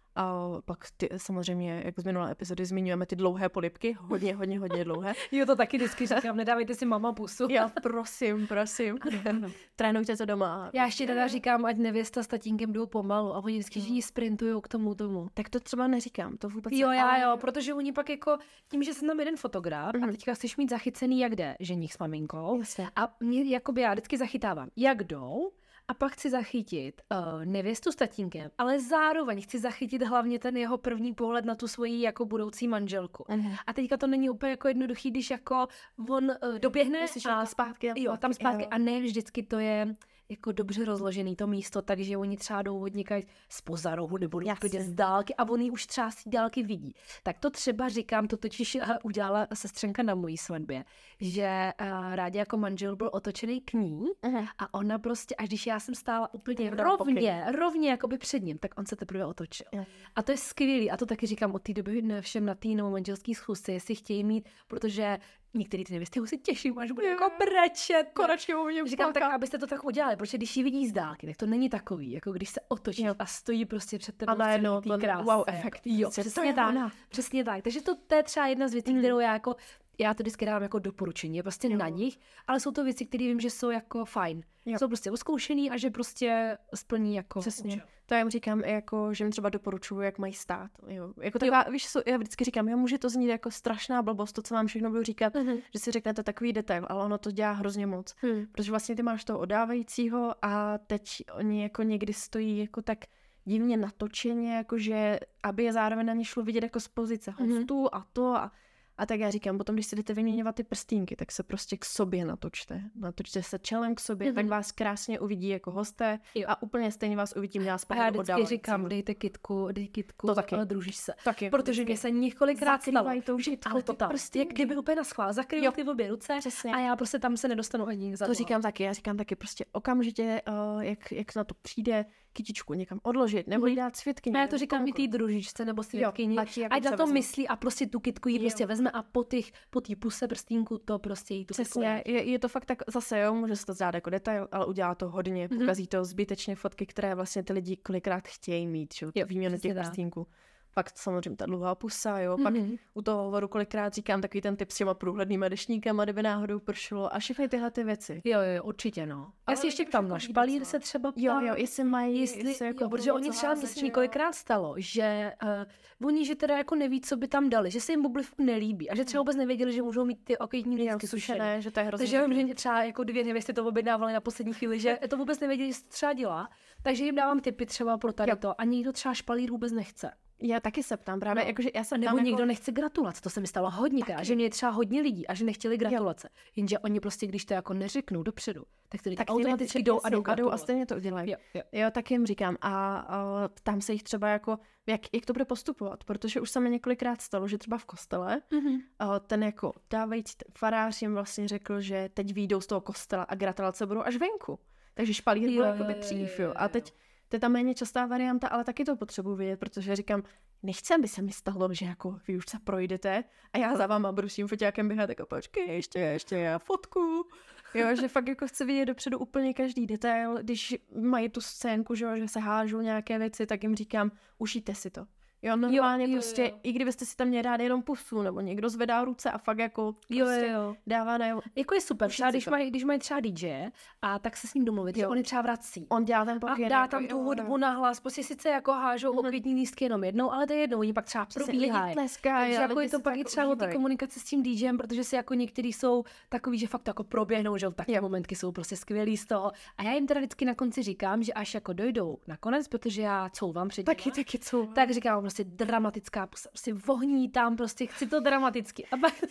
A pak ty, samozřejmě, jak z minulé epizody, zmiňujeme ty dlouhé polibky, hodně, hodně, hodně dlouhé. Jo, to taky vždycky říkám, nedávejte si mama pusu. Jo, prosím, prosím. Trénujte to doma. Já ještě teda říkám, ať nevěsta s tatínkem jdou pomalu a oni vždycky no. Sprintujou k tomu tomu. Tak to třeba neříkám, to vůbec. Jo, já jo, protože oni pak jako, tím, že jsem tam jeden fotograf mm-hmm. a teďka chceš mít zachycený, jak jde ženich s maminkou. Jasně. A mě, jakoby já vždycky zachytávám, jak jdou, a pak chci zachytit uh, nevěstu s tatínkem, ale zároveň chci zachytit hlavně ten jeho první pohled na tu svoji jako budoucí manželku. Uh-huh. A teďka to není úplně jako jednoduchý, když jako on uh, doběhne a zpátky. Jo, tam zpátky. A ne vždycky to je jako dobře rozložený to místo, takže oni třeba jdou od někať zpoza rohu nebo úplně z dálky a oni už třeba z dálky vidí. Tak to třeba říkám, to totiž udělala sestřenka na mojí svatbě, že uh, Rádi jako manžel byl otočený k ní uh-huh. a ona prostě, až když já jsem stála úplně rovně, rovně jakoby před ním, tak on se teprve otočil. Uh-huh. A to je skvělý a to taky říkám od té doby všem na té novomanželské schůzce, jestli chtějí mít, protože některý ty nevěsty už se těším, až bude jako brečet. Konečně uvidím. Říkám tak, abyste to tak udělali, protože když ji vidí z dálky, tak to není takový, jako když se otočí jo. a stojí prostě před tebou. A najednou to wow efekt. Jo, přesně tak, ona. přesně tak. Takže to, to je třeba jedna z věcí, mm. kterou já jako, já to vždycky dávám jako doporučení, je prostě jo. na nich, ale jsou to věci, které vím, že jsou jako fajn. Jo. Jsou prostě uskoušený a že prostě splní jako přesně. Účel. To já jim říkám jako, že jim třeba doporučuju, jak mají stát. Jo. Jako taková, víš, já vždycky říkám, já může to znít jako strašná blbost, to, co vám všechno budu říkat, uh-huh. že si řeknete takový detail, ale ono to dělá hrozně moc. Hmm. Protože vlastně ty máš toho odávajícího a teď oni jako někdy stojí jako tak divně natočeně, jakože, aby je zároveň na ně šlo vidět jako z pozice hostů mm-hmm. a to a A tak já říkám, potom, když si jdete vyměňovat ty prstínky, tak se prostě k sobě natočte. Natočte se čelem k sobě, mm-hmm. tak vás krásně uvidí jako hosté jo. a úplně stejně vás uvidí měla z pohledu oddávajícího. A já vždycky říkám, dejte kytku, dej kytku, to taky. ale družíš se. Taky. Protože mě se několikrát stalo, že ale to tam, jak kdyby úplně naschvál, zakryju ty obě ruce přesně. A já prostě tam se nedostanu ani za to. To říkám taky, já říkám taky prostě okamžitě, uh, jak, jak na to přijde, kytičku někam odložit, nebo jí dát světkyni. Já to říkám i té družičce nebo světkyni, ať na to myslí a prostě tu kytku jí prostě vezme a po těch po té puse prstínku to prostě jí tu přesně, je, je to fakt tak zase, jo, může se to zdát jako detail, ale udělá to hodně, mm-hmm. pokazí to zbytečně fotky, které vlastně ty lidi kolikrát chtějí mít, jo, výměnu těch prstínků. Pak samozřejmě ta dlouhá pusa, jo, pak mm-hmm. u toho hovoru kolikrát říkám takový ten typ s těma průhlednýma deštníkama, kdyby náhodou pršelo a všechny tyhle ty věci. Jo, jo, určitě, no. Já si ještě ptám, na špalír se třeba ptám. Jo, jo, jestli mají, jestli, jestli jako jo, protože oni třeba mi se několikrát stalo, že uh, oni, že teda jako neví, co by tam dali, že se jim bubly nelíbí a že třeba vůbec nevěděli, že můžou mít ty okejní lístky sušené, že to je hrozně. Takže já vím, že třeba jako dvě nevěsty to objednávali na poslední chvíli, že to vůbec nevěděli, že se to třeba dělá, takže jim dávám tipy třeba pro tady to a nikdo třeba špalír vůbec nechce. Já taky se ptám právě, no. jakože já jsem nebo tam někdo jako... nechce gratulace, to se mi stalo hodně, a že mě je třeba hodně lidí a že nechtěli gratulace. Jo. Jenže oni prostě, když to jako neřeknou dopředu, tak ty lidi tak automaticky jdou a jdou a jdou a stejně to udělají. Jo, jo. jo, tak jim říkám a, a ptám se jich třeba jako, jak, jak to bude postupovat, protože už se mi několikrát stalo, že třeba v kostele mm-hmm. a ten jako dávající ten farář jim vlastně řekl, že teď vyjdou z toho kostela a gratulace budou až venku. Takže špalír byl jakoby dřív, jo. A teď to je ta méně častá varianta, ale taky to potřebuji vědět, protože říkám, nechci, aby se mi stalo, že jako vy už se projdete a já za váma budu s tím foťákem běhat, jako počkej, ještě, ještě já fotku. Jo, že fakt jako chci vidět dopředu úplně každý detail, když mají tu scénku, že, že se hážou nějaké věci, tak jim říkám, užijte si to. Jo, normálně jo, jo, prostě, jo. i kdybyste si tam měli dát jenom pusu, nebo někdo zvedá ruce a fakt jako prostě jo, jo, jo. dává na... Jako je super, třeba když mají když maj třeba dý džej a tak se s ním domluvit, že on je třeba vrací. On dělá ten pokyn. A dá tam tu hudbu na hlas, prostě sice jako hážou mm-hmm. okvětní lístky jenom jednou, ale to je jednou, oni pak třeba probíhají. Takže jako je to pak i třeba o té komunikaci s tím DJem, protože si jako někteří jsou takový, že fakt jako proběhnou, že taky momentky jsou prostě skvělý z toho. A já jim teda vždycky na konci říkám, že až jako dojdou nakonec, protože já couvám před taky, taky couvám. Tak říkám prostě dramatická pusa, prostě vohní tam, prostě chci to dramaticky. A pak...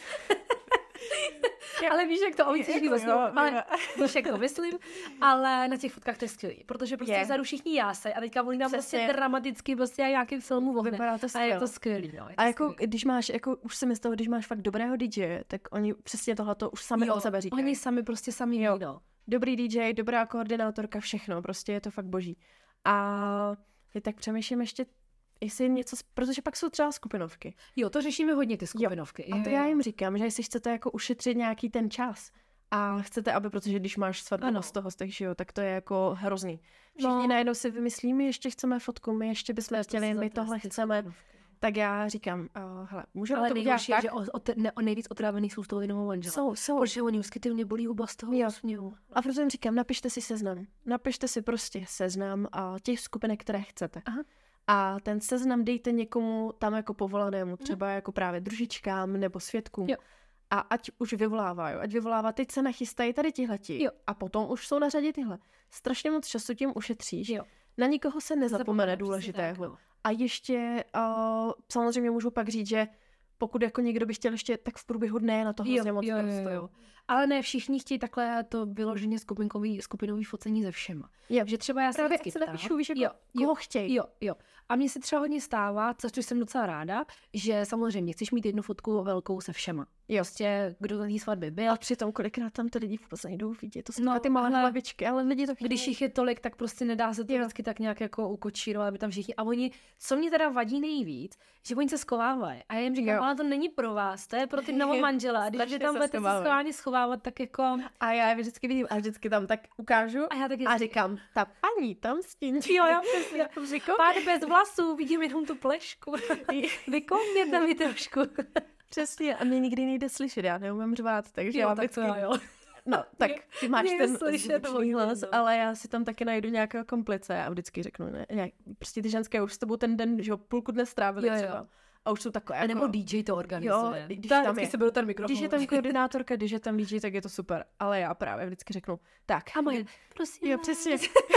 ale víš, jak to oni si vlastně, ale víš, jak to myslím, ale na těch fotkách to je skvělý, protože prostě je. Vzadu všichni jásaj a teďka oni tam prostě dramaticky prostě jak nějakým filmu vohne. Vypadá to a je to skvělý, no. Je to a jako, skvělý. Když máš, jako už si mi z toho, když máš fakt dobrého dý džeje, tak oni přesně tohleto už sami jo, od sebe říkají. Oni sami prostě sami jo. No. Dobrý dý džej, dobrá koordinátorka, všechno, prostě je to fakt boží. A je tak přemýšlím ještě jestli něco, protože pak jsou třeba skupinovky. Jo, to řešíme hodně, ty skupinovky. Jo. A to já jim říkám, že jestli chcete jako ušetřit nějaký ten čas a chcete, aby, protože když máš svatbu z toho, takže jo, tak to je jako hrozný. Všichni no. najednou si vymyslí, my ještě chceme fotku, my ještě bychom to chtěli, my tohle chceme. Skupinovky. Tak já říkám, uh, hele, můžeme ale to udělat tak? Ale že o, o, ne, o nejvíc otrávený jsou z toho jednoho manžela. Jsou, jsou. Protože oni vždycky mě bolí huba z toho směvu. A proto jim říkám, napište si seznam. Napište si prostě seznam a těch skupinek, které chcete. Aha. A ten seznam dejte někomu tam jako povolanému, třeba jako právě družičkám nebo svědkům. Jo. A ať už vyvolává, jo, ať vyvolává, teď se nachystají tady tihleti. Jo. A potom už jsou na řadě tyhle. Strašně moc času tím ušetříš. Jo. Na nikoho se nezapomene důležitého. Tak, no. A ještě uh, samozřejmě můžu pak říct, že pokud jako někdo by chtěl ještě, tak v průběhu dne na to hrozně moc jo, jo, jo. Ale ne všichni chtějí takhle to vyloženě skupinkový, skupinový focení ze všema. Jo. Že třeba já se vždycky ptám, víš, jako, jo, koho jo, chtějí. Jo, jo. A mně se třeba hodně stává, což jsem docela ráda, že samozřejmě chceš mít jednu fotku velkou se všema. Jo. Prostě kdo na té svatbě byl. A přitom kolikrát tam ty lidi vůbec nejdou vidět. To jsou no, ty malé hlavičky, ale lidi to chtějí. Když jich je tolik, tak prostě nedá se to vždycky tak nějak jako ukočírovat, aby tam všichni. A oni, co mě teda vadí nejvíc, že oni se schovávají. A já jim říkám, ale to není pro vás, to je pro ty novomanžela. Když vy tam budete se schválně schovávat, tak jako... A já je vždycky vidím a vždycky tam tak ukážu a, já taky a říkám, ta paní tam s tím. Jo, já přesně. Pád bez vlasů, vidím jenom tu plešku. Vykoukněte mi trošku. Přesně, a mě nikdy nejde slyšet, já neumím řvát, takže jo, já vždycky... Tak to, jo. No, tak ty máš ten zvučný hlas, no. Ale já si tam taky najdu nějakého komplice a vždycky řeknu, ne, nějak, prostě ty ženské už s tebou ten den, že jo, půlku dne strávili jo, třeba. Jo. a už jsou takové. Jako... Nebo D J to organizuje. Jo, když tam je. Se byl ten mikrofon. Když je tam koordinátorka, když je tam D J, tak je to super. Ale já právě vždycky řeknu, tak. A moje, prosím. Jo, přesně.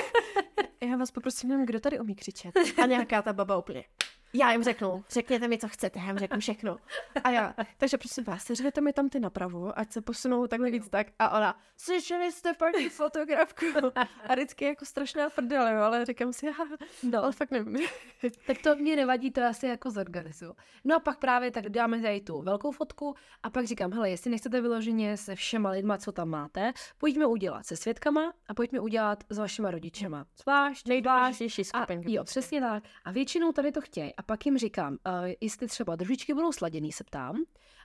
Já vás poprosím, nevím, kdo tady umí křičet. A nějaká ta baba úplně. Já jim řeknu, řekněte mi, co chcete, já jim řeknu všechno. A já, takže prosím vás, seřvěte mi tam ty napravo, ať se posunou takhle víc tak. A ona, slyšeli jste paní fotografku. A vždycky jako strašná prdele, jo, ale říkám si, aha, no. Ale fakt nevím. Tak to mě nevadí, to asi jako zorganizuju. No a pak právě tak dáme tady tu velkou fotku a pak říkám, hele, jestli nechcete vyloženě se všema lidma, co tam máte, pojďme udělat se svědkama a pojďme udělat s vašima rodičema. Zvlášť, nejdůležitější skupinky. Jo, přesně tak. A většinou tady to chtějí. A pak jim říkám, uh, jestli třeba družičky budou sladěný, se ptám.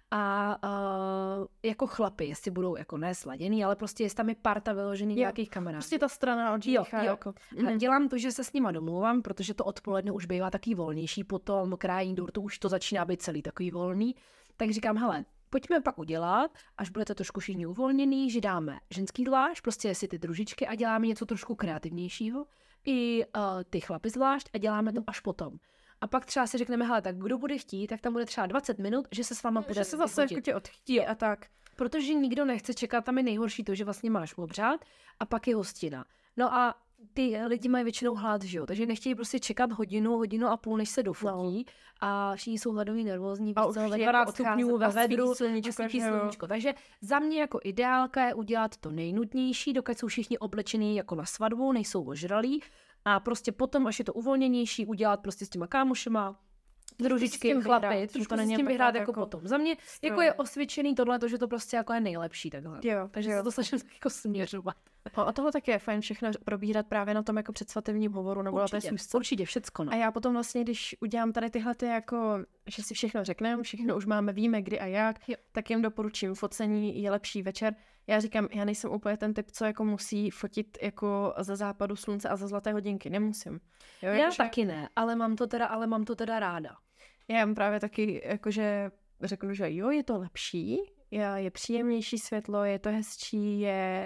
A uh, jako chlapy, jestli budou jako ne sladěný, ale prostě jestli tam je parta vyložený nějakých kamarádů. Prostě ta strana od jo, jo. Jako. Mm-hmm. Dělám to, že se s nima domluvám, protože to odpoledne už bývá taky volnější, potom krájení dortu už to začíná být celý takový volný. Tak říkám, hele, pojďme pak udělat, až budete trošku všichni uvolněný, že dáme ženský zvlášť, prostě si ty družičky a děláme něco trošku kreativnějšího. I uh, ty chlapy zvlášť a děláme to až potom. A pak třeba si řekneme, hele, tak kdo bude chtít, tak tam bude třeba dvacet minut, že se s váma bude se zase jako tě odchtí a tak. Protože nikdo nechce čekat, tam je nejhorší to, že vlastně máš obřad a pak je hostina. No a ty lidi mají většinou hlad, že jo, takže nechtějí prostě čekat hodinu, hodinu a půl, než se dofotí no. A všichni jsou hladový, nervózní, a už ve dvanáct stupňů ve vedru, sluníčko. Takže za mě jako ideálka je udělat to nejnutnější, dokud jsou všichni oblečení jako na svatbu, nejsou ožralí. A prostě potom, až je to uvolněnější, udělat prostě s těma kámošema, družičky, chlapy, trošku to není s tím vyhrát jako, jako potom. Za mě jako je osvědčený tohle, to, že to prostě jako je nejlepší takhle. Jo, takže jo. to snažím jako směřovat. No, a tohle taky je fajn všechno probírat právě na tom jako předsvatebním hovoru nebo určitě, na té schůzce. Určitě, všecko. No. A já potom vlastně, když udělám tady tyhle ty jako, že si všechno řekneme, všechno už máme, víme kdy a jak, jo. Tak jim doporučím, focení je lepší večer. Já říkám, já nejsem úplně ten typ, co jako musí fotit jako za západu slunce a za zlaté hodinky, nemusím. Jo, já jako, taky že... ne, ale mám to teda, ale mám to teda ráda. Já mám právě taky, jakože řeknu, že jo, je to lepší, je příjemnější světlo, je to hezčí, je,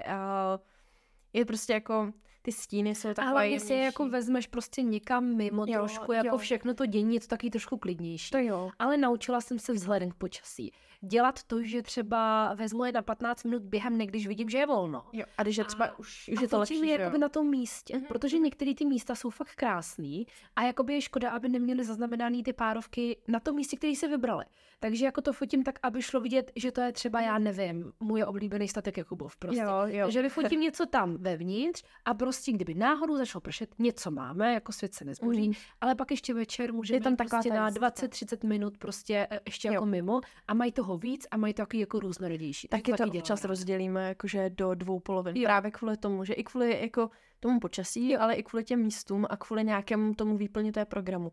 je prostě jako, ty stíny jsou takové ale jestli jako vezmeš prostě někam mimo jo, trošku, jako jo. Všechno to dění, je to taky trošku klidnější. To jo. Ale naučila jsem se vzhledem k počasí. Dělat to, že třeba vezmu je na patnáct minut během dne, když vidím, že je volno. Jo, a když je třeba a, už, už a je to lepší, je jakoby na tom místě, mm-hmm. Protože některé ty místa jsou fakt krásný a jakoby je škoda, aby neměly zaznamenaný ty párovky na tom místě, který si vybrali. Takže jako to fotím tak, aby šlo vidět, že to je třeba, já nevím, můj oblíbený statek Jakubov prostě. Jo, jo. Takže vyfotím něco tam vevnitř a prostě kdyby náhodou začalo pršet, něco máme, jako svět se nezboří, mm. ale pak ještě večer můžeme tam prostě na dvacet třicet minut prostě ještě jo. Jako mimo a mají toho víc a mají to taky jako různorodější. Taky to taky čas rozdělíme jakože do dvou polovin. Jo. Právě kvůli tomu, že i kvůli jako tomu počasí, jo. Ale i kvůli těm místům a kvůli nějakému tomu výplně té programu.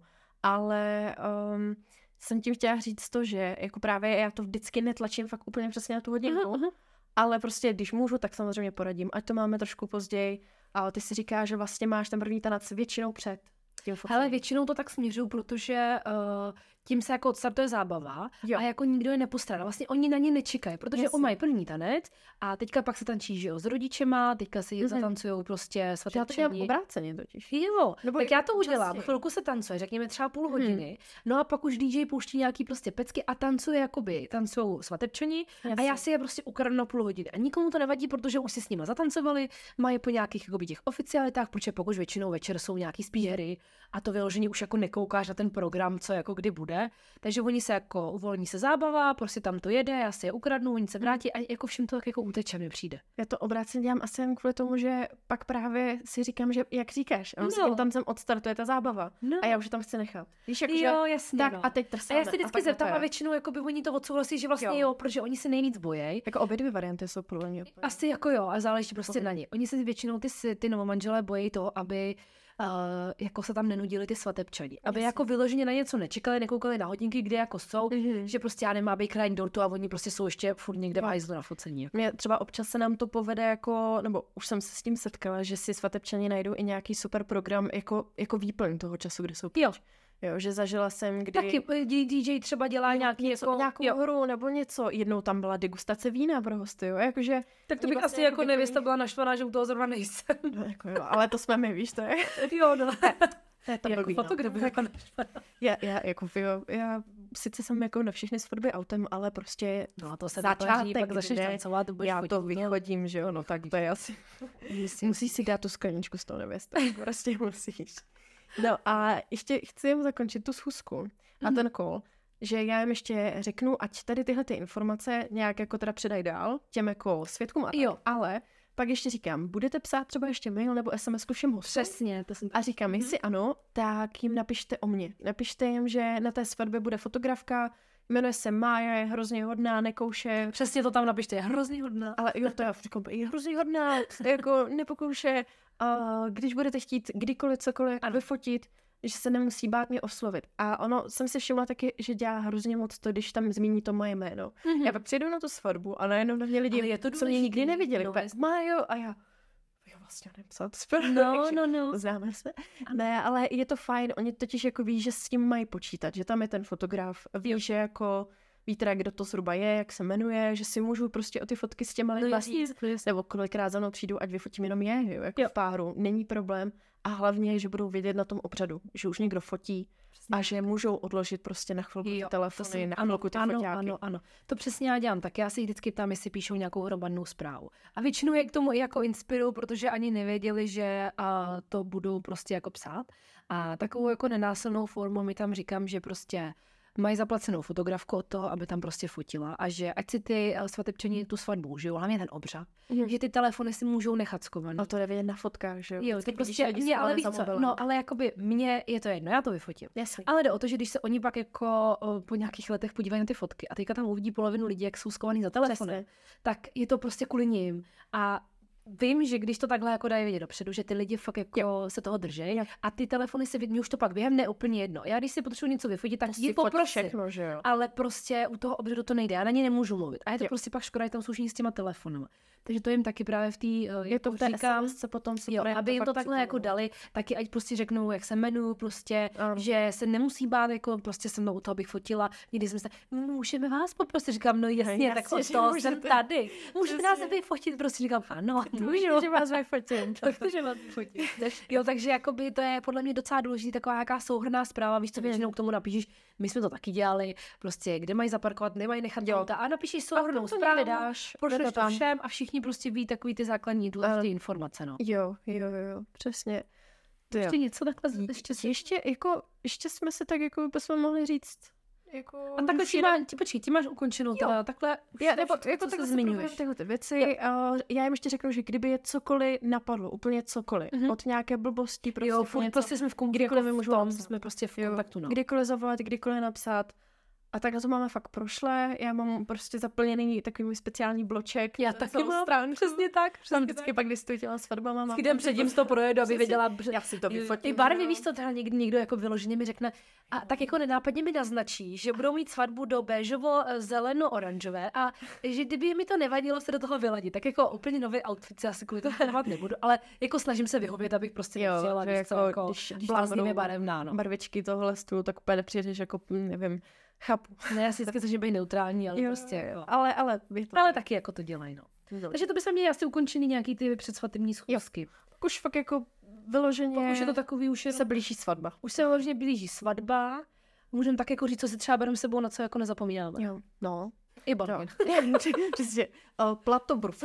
Ale um, jsem tím chtěla říct to, že jako právě já to vždycky netlačím fakt úplně přesně na tu hodinku, uh-huh, uh-huh. Ale prostě když můžu, tak samozřejmě poradím, ať to máme trošku později, ale ty si říkáš, že vlastně máš ten první tanec většinou před tím focením. Hele, většinou to tak směřuju, protože uh, tím se jako odstartuje zábava jo. A jako nikdo je nepostrádá. Vlastně oni na ně nečekají, protože oni mají první tanec a teďka pak se tančí, že jo, s rodičema, teďka si mm-hmm. zatancujou prostě svatebčení. Já to mám obráceně totiž. Jo, nebo tak já to udělám, chvilku se tancuje, řekněme třeba půl hodiny, hmm. No a pak už D J pouští nějaký prostě pecky a tancuje jakoby, tancujou svatebčení a já si je prostě ukradnu na půl hodiny. A nikomu to nevadí, protože už si s nima zatancovali, mají po nějakých jakoby těch oficialitách, protože pak už většinou večer jsou nějaký spíš hry a to vyloženě už jako nekoukáš na ten program, co jako kdy bude. Takže oni se jako uvolní se zábava, prostě tam to jede, já si je ukradnu, oni se vrátí a jako všem to tak jako uteče mi přijde. Já to obráceně dělám asi jen kvůli tomu, že pak právě si říkám, že jak říkáš, on no. si tím tancem odstartuje ta zábava no. A já už tam chci nechat. Víš, jako, jo, jasně, tak no. A teď trsáme. A já se vždycky zeptám a většinou jako by oni to odsouhlasí, že vlastně jo. Jo, protože oni se nejvíc bojejí. Jako obě dvě varianty jsou podle mě. Asi jako jo, a záleží prostě Obě. Na ně. Oni se většinou ty, ty novomanželé bojí toho, aby Uh, jako se tam nenudili ty svatebčani. Aby Jasně. Jako vyloženě na něco nečekali, nekoukali na hodinky, kde jako jsou, mm-hmm. Že prostě já nemá být krajní dortu a oni prostě jsou ještě furt někde v hajzlu na focení. Jako. Mě třeba občas se nám to povede jako, nebo už jsem se s tím setkala, že si svatebčani najdou i nějaký super program jako, jako výplň toho času, kde jsou pryč. Jo. Jo, že zažila jsem, kdy... Taky D J třeba dělá nějaký něco, jako... nějakou jo. hru nebo něco. Jednou tam byla degustace vína pro hosty, jo, jakože... Tak to bych vlastně asi jako nevěsta byla naštvaná, že u toho zrovna nejsem. No, jako jo, ale to jsme my, víš, to je... Jo, no. To je jako fotograf. Já, já, jako, jo, já sice jsem jako na všechny svatby autem, ale prostě no, to se začátek, pak začneš tancovat, to já fotit, to vychodím, že jo, no tak to je asi. Musíš si dát tu skleničku z toho nevěsta, prostě musíš. No a ještě chci jen zakončit tu schůzku a ten call, že já jim ještě řeknu, ať tady tyhle ty informace nějak jako teda předají dál těm jako svědkům, a jo. ale pak ještě říkám, budete psát třeba ještě mail nebo es em esku všem hostům? Přesně, to jsem... A říkám, jestli ano, tak jim napište o mně. Napište jim, že na té svatbě bude fotografka, jmenuje se Mája, je hrozně hodná, nekouše. Přesně to tam napište, je hrozně hodná. Ale jo, to já říkám, je hrozně hodná, jako nepokouše. A když budete chtít kdykoliv cokoliv ano. vyfotit, že se nemusí bát mě oslovit. A ono, jsem si všimla taky, že dělá hrozně moc to, když tam zmíní to moje jméno. Mm-hmm. Já pak přijedu na tu svatbu a najednou na mě lidi, co mě nikdy neviděli. No, Májo, a já, jo, vlastně nepsat. No, no, no. Známe se. Ne, ale je to fajn, oni totiž jako ví, že s tím mají počítat, že tam je ten fotograf, ví, že jako ví teda, kdo to zhruba je, jak se jmenuje, že si můžu prostě o ty fotky s těma lidma říct, nebo kolikrát za mnou přijdu, ať vyfotím jenom je, jo, jako jo. v páru, není problém. A hlavně, že budou vědět na tom obřadu, že už někdo fotí přesně. A že můžou odložit prostě na chvilku jo, telefony, jsem, na chvilku ty ano, foťáky. Ano, ano, to přesně já dělám, tak já si vždycky ptám, jestli píšou nějakou hromadnou zprávu. A většinou je k tomu i jako inspirují, protože ani nevěděli, že a, to budou prostě jako psát. A takovou jako nenásilnou formou mi tam říkám, že prostě mají zaplacenou fotografku od toho, aby tam prostě fotila a že ať si ty svatebčani tu svatbu užijou, hlavně ten obřad, mm. že ty telefony si můžou nechat skovaný. No to jde vidět na fotkách, že jo? Jo, to prostě, mě, ale víc co, no ale jakoby mně je to jedno, já to vyfotím. Jasně. Ale jde o to, že když se oni pak jako o, po nějakých letech podívají na ty fotky a teďka tam uvidí polovinu lidí, jak jsou skovaný za telefonem, tak je to prostě kvůli nim. A vím, že když to takhle jako dají vědět dopředu, že ty lidi fakt jako jo. se toho drží a ty telefony si mě už to pak během neúplně jedno. Já když si potřebuji něco vyfotit, tak ji poprosím. Všechno, že jo. Ale prostě u toho obřadu to nejde, já na ně nemůžu mluvit. A je to jo. prostě pak škoda, tam jsou všichni s těma telefonama. Takže to jim taky právě v té je to v té říkám, se potom se jo, aby jim to takhle jako dali, taky ať prostě řeknou, jak se jmenuji, prostě, um. že se nemusí bát, jako prostě se mnou u toho bych fotila. Někdy jsem se, můžeme vás poprosit, říkám, no jasně, jasně tak od toho jsem tady. Můžete nás vyfotit, prostě říkám, ano, můžu. Že vás vyfotím. Takže vás vyfotím. Jo, takže jakoby to je podle mě docela důležitá taková jaká souhrnná zpráva, víš co, většinou k tomu napíšeš, my jsme to taky dělali, prostě kde mají zaparkovat, nemají nechat auta a napíšeš souhrnnou zprávu, pošleš to všem a všichni prostě ví takový ty základní důležité informace, no. Jo, jo, jo, přesně. To ještě jo. něco takhle, ještě, ještě, jako, ještě jsme se tak jako bychom mohli říct. Jako, a takhle ti máš, ti, počkej, ti máš ukončenou teda, takhle, já, nebo, to, jako tak zmiňuješ. Tyhle ty věci, a já jim ještě řeknu, že kdyby je cokoliv napadlo, úplně cokoliv, mm-hmm. od nějaké blbosti, prostě, jo, furt, prostě jsme v kontaktu, kdykoliv my můžeme, jsme prostě v kontaktu, no. Kdykoliv zavolat, kdykoliv napsat. A takhle to máme fakt prošlé, já mám prostě zaplněný takový speciální bloček. Já taky mám, stránku. Přesně tak. Přesně mám vždycky tak. Pak, když stojí těla svatba, mám... Vždycky předtím z toho projedu, aby věděla... Já si to vyfotím. I barvy, víš to, teda někdy někdo jako vyloženě mi řekne, a tak jako nenápadně mi naznačí, že budou mít svatbu do béžovo, zeleno, oranžové a že kdyby mi to nevadilo se do toho vyladit, tak jako úplně nový outfit si asi kvůli toho dávat nebudu, ale jako snažím se vyhovět, abych prostě nechtěla, když jako, jako když, když bláznivě barevná, no. Barvičky tohle stůl, tak úplně nepřijdeš jako, nevím, chápu. Ne, já si vždycky snažím být neutrální, ale jo, prostě jo. Ale, ale, to... ale taky jako to dělají, no. no. Takže to bychom měli asi ukončený nějaký ty předsvatební schůzky. Jo. Už fakt jako vyloženě... Pak už je to takový, už je... se blíží svatba. Už se vyloženě blíží svatba. Můžeme tak jako říct, co si třeba bereme sebou, na co jako nezapomínáme. Jo, no. I balkin. No. Přesně. Platobruf.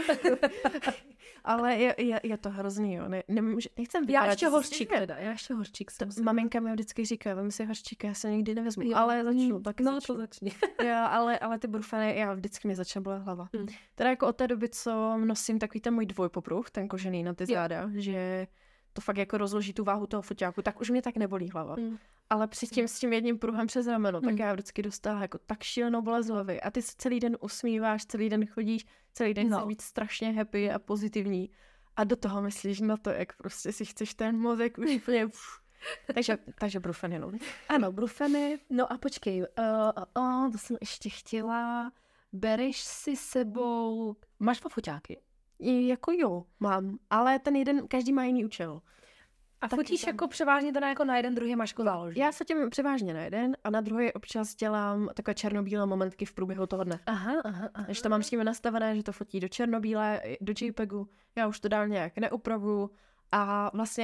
Ale je, je, je to hrozný, jo. Ne, nemůže, nechcem vypadat. Já ještě hořčík teda, já ještě hořčík. To, maminka mi vždycky říká, vem si hořčíka, já se nikdy nevezmu, jo. Ale začnu, tak no, začnu. to začni. Jo, ale, ale ty brufeny, já vždycky mi začne bolet hlava. Hmm. Teda jako od té doby, co nosím takový ten můj dvojpopruh, ten kožený na ty záda, jo. Že to fakt jako rozloží tu váhu toho foťáku, tak už mě tak nebolí hlava. Hmm. Ale předtím s tím jedním pruhem přes rameno, tak hmm. já vždycky dostala jako tak šílenou bolest hlavy. A ty se celý den usmíváš, celý den chodíš, celý den no. chceš být strašně happy a pozitivní. A do toho myslíš na to, jak prostě si chceš ten mozek už úplně... takže, takže brufeny, no. Ano, brufeny. No a počkej, uh, uh, to jsem ještě chtěla. Bereš si sebou... Máš foťáky? Jako jo, mám. Ale ten jeden, každý má jiný účel. A fotíš tam... jako převážně teda jako na jeden, druhý máš jako záloží? Já fotím převážně na jeden a na druhý občas dělám takové černobílé momentky v průběhu toho dne. Aha, aha, aha. Takže to mám s tím nastavené, že to fotí do černobílé, do JPEGu, já už to dál nějak neupravuju a vlastně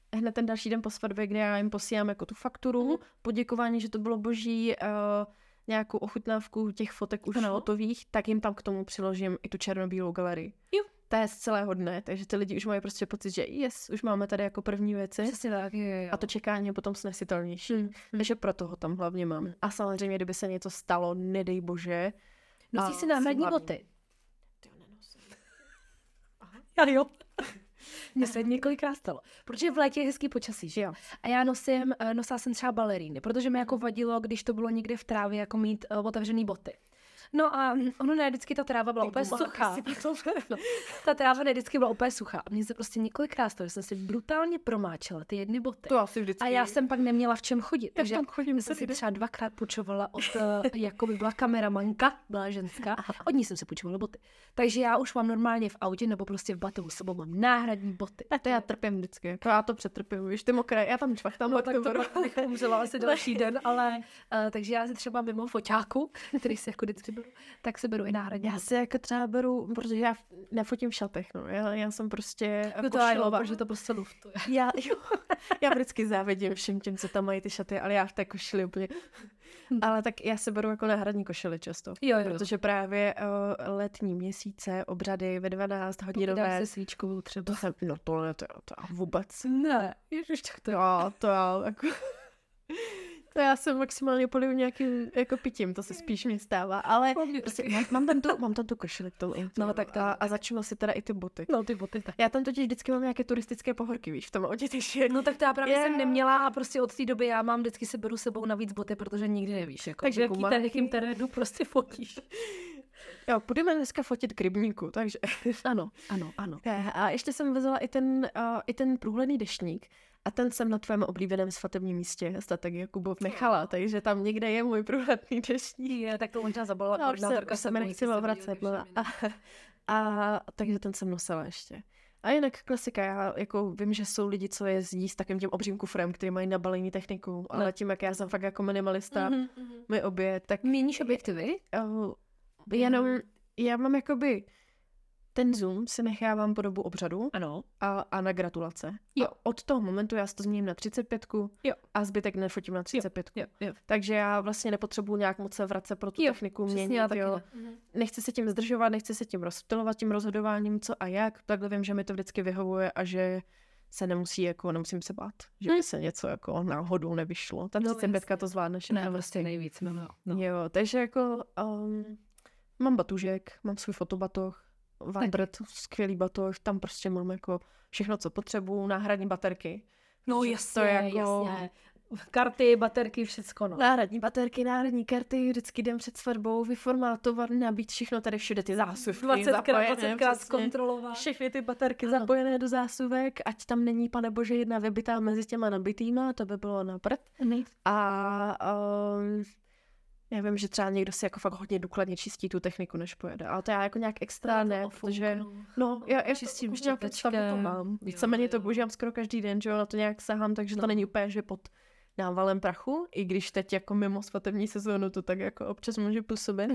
hned ten další den po svatbě, kde já jim posílám jako tu fakturu, mm-hmm. poděkování, že to bylo boží, uh, nějakou ochutnávku těch fotek už ano. hotových, tak jim tam k tomu přiložím i tu černobílou galerii. Jo. To je z celého dne, takže ty lidi už mají prostě pocit, že yes, už máme tady jako první věci. Přesně tak, jo, jo. A to čekání je potom snesitelnější. Hmm. Hmm. Takže proto ho tam hlavně mám. Hmm. A samozřejmě, kdyby se něco stalo, nedej bože. Nosíš si náhradní boty? Ty ho nenosím. Aha. Já jo. Mně se několikrát stalo. Protože v létě je hezký počasí, že jo? A já nosím, nosila jsem třeba baleríny, protože mi jako vadilo, když to bylo někde v trávě, jako mít uh, otevřený boty. No a ono ne vždycky ta tráva byla úplně suchá. No, ta tráva ne vždycky byla úplně suchá. A mně se prostě několikrát stalo, že jsem si brutálně promáčela ty jedny boty. To asi vždycky. A já jsem pak neměla v čem chodit. Takže tam chodím jsem si třeba dvakrát půjčovala od, jako by byla kameramanka, byla ženská, od ní jsem si půjčovala boty. Takže já už mám normálně v autě nebo prostě v batohu s sebou mám náhradní boty. A to já trpím vždycky. To já to přetrpím, víš, ty mokré, já tam čvachtám. No tak to pak bych umřela asi další den, ale uh, takže já si třeba mimo foťáku, který si jako vždycky beru, tak se beru i náhradní. Já si jako třeba beru, protože já nefotím v šatech, no. Já, já jsem prostě no to košilová. Protože to prostě luftuje. Já, jo, já vždycky závidím všem těm, co tam mají ty šaty, ale já v té košili úplně. Ale tak já se beru jako náhradní košily často. Jo, jo. Protože právě uh, letní měsíce, obřady ve dvanáct hodinové. Dáš se svíčkovou třeba. To jsem, no to ne, to, to vůbec. Ne, ježiš, tak to já, to já, jako... To já jsem maximálně poliju nějakým jako pitím, to se spíš mi stává, ale prostě mám, mám, tam tu, mám tam tu košili k tomu intro, no, tak ta, a začala si teda i ty boty. No ty boty tak. Já tam totiž vždycky mám nějaké turistické pohorky, víš, v tom autě, takže... No tak to já právě yeah. jsem neměla a prostě od té doby já mám vždycky se beru sebou navíc boty, protože nikdy nevíš, jako. Takže jaký ten, jakým terénu prostě fotíš. Jo, budeme dneska fotit k rybníku, takže... Ano, ano, ano. A ještě jsem vezla i ten, uh, i ten průhledný deštník. A ten jsem na tvém oblíbeném svatebním místě, statek Jakubov nechala, takže tam někde je můj průhledný deštník. Je, tak to možná zabalila no, koordinátorka. Se mi nechci vracet. No. A, a takže ten jsem nosila ještě. A jinak klasika, já jako vím, že jsou lidi, co jezdí s takým tím obřím kufrem, který mají nabalení techniku, ale no. tím, jak já jsem fakt jako minimalista, mm-hmm. my obě, tak... Měníš objektivy? Uh, jenom, já mám jakoby... Ten zoom si nechávám po dobu obřadu ano. A, a na gratulace. Jo. A od toho momentu já si to změním na třicet pět jo. a zbytek nefotím na třicet pět. Jo. Jo. Takže já vlastně nepotřebuji nějak moc se vracet pro tu jo. techniku. Měnit, jo. Jo. Ne. Nechci se tím zdržovat, nechci se tím rozptylovat, tím rozhodováním, co a jak. Takhle vím, že mi to vždycky vyhovuje a že se nemusí, jako nemusím se bát, že by hmm. se něco jako náhodou nevyšlo. Ta třicet pět to zvládneš. Ne, vlastně nejvíc. No. Jo, takže jako um, mám batužek, mám svůj fotobatoh, Vandret, skvělý batoh, tam prostě mám jako všechno, co potřebuju, náhradní baterky. No jasně, jako... jasně. Karty, baterky, všecko, no. Náhradní baterky, náhradní karty, vždycky jdem před svatbou, vyformátovat, nabít všechno tady všude ty zásuvky. dvacetkrát zkontrolovat. Všechny ty baterky ano. zapojené do zásuvek, ať tam není, pane bože, jedna vybitá mezi těma nabitýma, to by bylo na prd. Mm. A... Um, já vím, že třeba někdo si jako fakt hodně důkladně čistí tu techniku, než pojede, ale to já jako nějak extra ne, protože no, já, já čistím už nějak představu to mám. Víceméně to používám skoro každý den, že jo, na to nějak sahám, takže no. to není úplně, že pod návalem prachu, i když teď jako mimo svatební sezónu to tak jako občas může působit.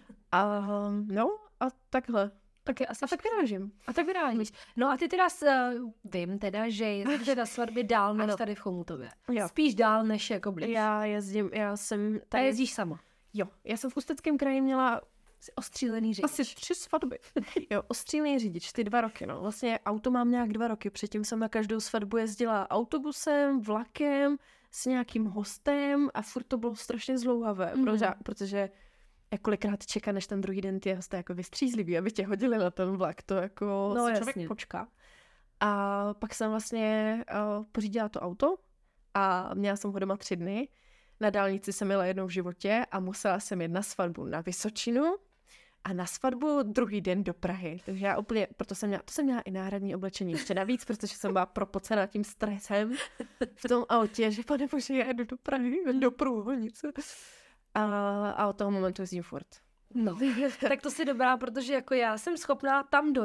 A no, a takhle. Okay, asi a tak vyrážím. A tak vyrážíš. No a ty teda uh, vím teda, že jezdíš na svatby dál než tady v Chomutově. Jo. Spíš dál než jako blíž. Já jezdím, já jsem tady... A jezdíš sama? Jo, já jsem v Ústeckém kraji měla ostřílený řidič. Asi tři svatby. Jo, ostřílený řidič, ty dva roky, no. Vlastně auto mám nějak dva roky, předtím jsem na každou svatbu jezdila autobusem, vlakem, s nějakým hostem a furt to bylo strašně zdlouhavé, mm. protože, protože jak kolikrát čeká, než ten druhý den ty hosté jako vystřízliví, aby tě hodili na ten vlak, to jako no, se člověk počká. A pak jsem vlastně uh, pořídila to auto a měla jsem ho doma tři dny. Na dálnici jsem jela jednou v životě a musela jsem jít na svatbu na Vysočinu a na svatbu druhý den do Prahy. Takže já úplně, proto jsem měla, to jsem měla i náhradní oblečení ještě navíc, protože jsem byla propocená tím stresem v tom autě, že pane bože, já jdu do Prahy, do Průhonice. A, a od toho momentu jezdím furt. No, tak to si dobrá, protože jako já jsem schopná tam dojet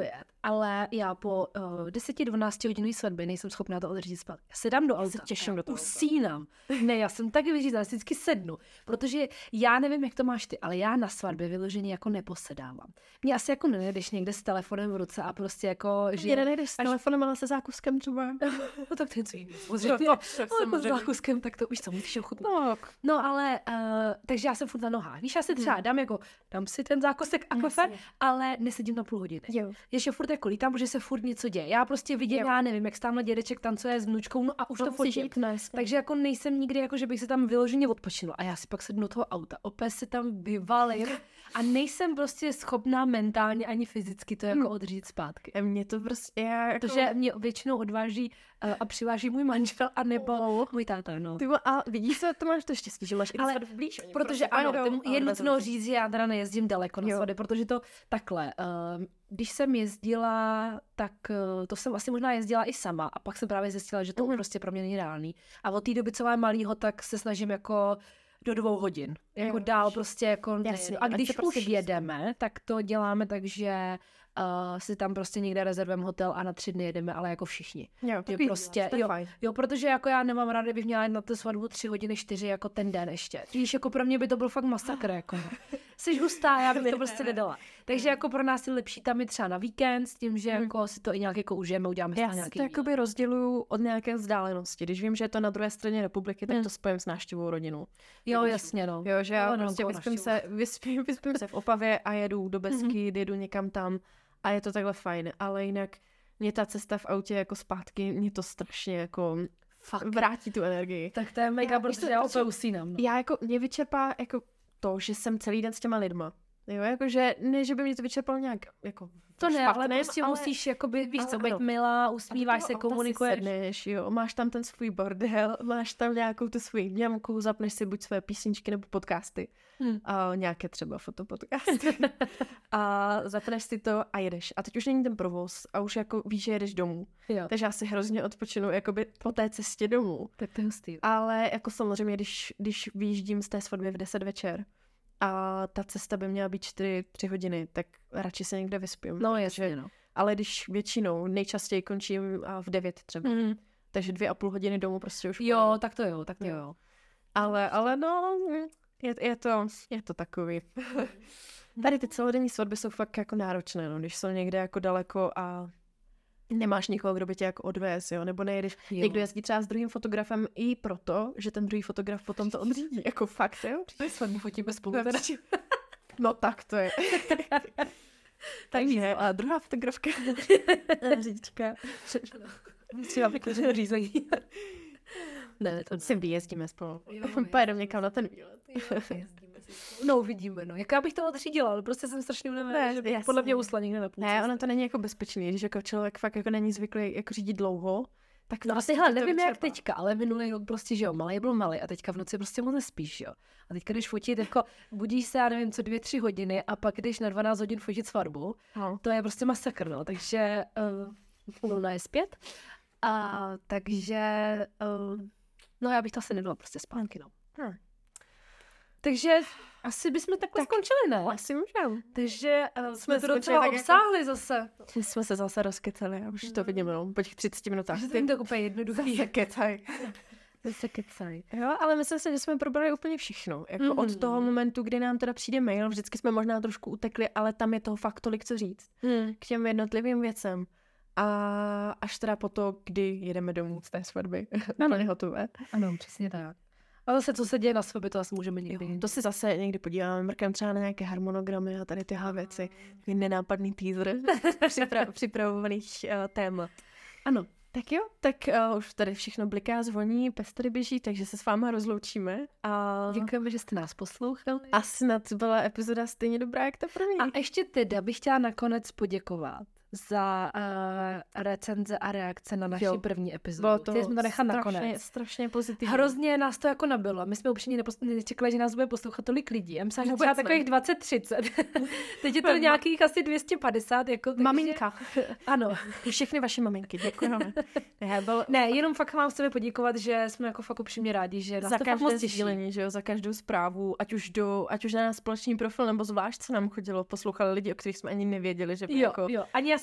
ale já po uh, deset dvanáct hodinový svatby nejsem schopná to odříct spát. Já se dám do auta, těším do toho. Usínám. Ne, já jsem tak vyřízená, vždycky sednu, protože já nevím, jak to máš ty, ale já na svatbě vyloženě jako neposedávám. Mě asi jako nejdeš někde s telefonem v ruce a prostě jako... Že mě nejdeš s telefonem, ale se zákuskem třeba. No tak to je něco jiného. Ale s zákuskem, tak to už co musíš ochutnat. No, no ale, uh, takže já jsem furt na nohách. Víš, já si třeba dám jako, dám si ten zákusek a kafe, ale nesedím na půl hodiny. Jo. Ještě furt jako lítám, protože se furt něco děje. Já prostě vidím, jo. já nevím, jak tamhle dědeček tancuje s vnučkou, no a už no, to fotím. Takže jako nejsem nikdy, jako že bych se tam vyloženě odpočinula. A já si pak sednu do toho auta, opět se tam vyvalím a nejsem prostě schopná mentálně ani fyzicky to jako odříct zpátky. A mě to prostě, já jako... Protože mě většinou odváží uh, a přiváží můj manžel a nebo oh. můj táta, no. Ty a vidíš se, to máš to štěstí, že máš i svatby blíž. Protože prostě ano, jdou, je nutno říct, že já teda nejezdím daleko na svatby, protože to takhle, uh, když jsem jezdila, tak uh, to jsem asi možná jezdila i sama a pak jsem právě zjistila, že to mm. prostě pro mě není reálný. A od té doby, co mám malýho, tak se snažím jako do dvou hodin. Jako jo, dál prostě jako... Jasně, a když prostě jedeme, tak to děláme tak, že uh, si tam prostě někde rezervujeme hotel a na tři dny jedeme, ale jako všichni. Jo, to prostě, jo, jo, protože jako já nemám ráda, kdybych měla na tu svatbu tři hodiny, čtyři jako ten den ještě. Víš, jako pro mě by to byl fakt masakr, jako. Jsi hustá, já bych to prostě nedala. Takže jako pro nás je lepší tam je třeba na víkend s tím, že jako si to i nějak jako užijeme, uděláme si nějaký Já si to jakoby rozděluju od nějaké vzdálenosti. Když vím, že je to na druhé straně republiky, tak to spojím s návštěvou rodinou. Jo, jasně, no. Jo, že já prostě vyspím se, vyspím, vyspím se v Opavě a jedu do Beskyt, jedu někam tam a je to takhle fajn, ale jinak mě ta cesta v autě jako zpátky, mě to strašně jako Fakt. vrátí tu energii. Tak to je mega, protože já opět usínám. No. Já jako, mě vyčerpá jako to, že jsem celý den s těma lidma. Jo, jakože, ne, že by mě to vyčerpalo nějak, jako to ne, ale prostě ale, musíš, jakoby, víš co, být milá, usmíváš se, komunikuješ. Sedneš, jo, máš tam ten svůj bordel, máš tam nějakou tu svůj mňamku, zapneš si buď své písničky nebo podcasty, hmm. a nějaké třeba fotopodcasty a zapneš si to a jedeš. A teď už není ten provoz a už jako víš, že jedeš domů. Jo. Takže já si hrozně odpočinu jakoby po té cestě domů. Tak to je hustý. Ale jako samozřejmě, když, když vyjíždím z té svatby v deset večer, a ta cesta by měla být čtyři, tři hodiny, tak radši se někde vyspím. No jasně, no. Ale když většinou, nejčastěji končím v devět třeba. Mm. Takže dvě a půl hodiny domů prostě už... Jo, půjde. tak to jo, tak to jo. jo. Ale, ale no, je, je, to, je to takový. Tady ty celodenní svatby jsou fakt jako náročné, no, když jsou někde jako daleko a nemáš nikoho, kdo by tě jako odvez, jo, nebo nejedeš. Jo. Někdo jezdí třeba s druhým fotografem i proto, že ten druhý fotograf potom to odřídí, jako fakt, jo. Přijde svatbu fotíme spolu teda. No tak to je. Takže a druhá fotografka. Řidička. Třeba vyklířené řízení. Ne, to si vyjezdíme spolu. Pojedeme někam na ten výlet. No, uvidíme, no. Jaká bych to odřídila, ale prostě jsem strašně unavená, že bych podle mě usla někde na půl. Ne, ono to není jako bezpečný, když jako člověk fakt jako není zvyklý jako řídit dlouho, tak no asi, hele, nevím jak teďka, ale minulý rok prostě, že jo, malý byl malý a teďka v noci prostě moc nespíš, jo. A teďka když fotit, jako budíš se, já nevím, co dvě, tři hodiny a pak jdeš na dvanáct hodin fotit svatbu, no. To je prostě masakr, no, takže uh, luna je zpět. A takže, uh, no já bych to asi nedala prostě spánky, no. Hmm. Takže asi bychom takhle tak skončili, ne? Asi můžeme. Takže uh, jsme to docela obsáhli jako... zase. My jsme se zase rozkecali, já už to vidíme, no, po těch třiceti minutách. Že to jim to úplně jednoduchý. Zase kecaj. Zase kecaj. Jo, ale myslím si, že jsme probrali úplně všechno. Jako mm-hmm. od toho momentu, kdy nám teda přijde mail, vždycky jsme možná trošku utekli, ale tam je toho fakt tolik co říct. Mm. K těm jednotlivým věcem. A až teda po to, kdy jedeme domů z té svatby. Ano, hotové. Ano, přesně tak. A zase, co se děje na svatbě, to asi můžeme někdy. Jo, to si zase někdy podíváme, mrkám třeba na nějaké harmonogramy a tady tyhle věci. Takový nenápadný teaser připra- připravovaných uh, témat. Ano. Tak jo, tak uh, už tady všechno bliká, zvoní, pes tady běží, takže se s váma rozloučíme. A děkujeme, že jste nás poslouchali. A snad byla epizoda stejně dobrá, jak ta první. A ještě teda bych chtěla nakonec poděkovat za uh, recenze a reakce na naši jo. první epizodu. Chtěli jsme to nechat strašně, nakonec. strašně pozitivní. Hrozně nás to jako nabilo. My jsme upřímně nepos- nečekali, že nás bude poslouchat tolik lidí. Já myslím, že třeba takových dvacet třicet. Teď je to nějakých asi dvě stě padesát. Jako, takže... Maminka. Ano. Všechny vaše maminky, děkujeme. ne, byl... ne, jenom fakt vám chceme poděkovat, že jsme jako fakt upřímně rádi, že nás za to každé sdílení, že jo, za každou zprávu, ať už do, ať už na náš společný profil, nebo zvlášť, co nám chodilo, poslouchali lidi, o kterých jsme ani nevěděli, že jo, jako... jo. Ani já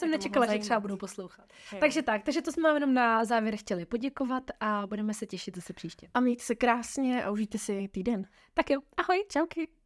jsem nečekala, že třeba budou poslouchat. Jo. Takže tak, takže to jsme vám jenom na závěr chtěli poděkovat a budeme se těšit zase příště. A mějte se krásně a užijte si týden. Tak jo, ahoj, čauky.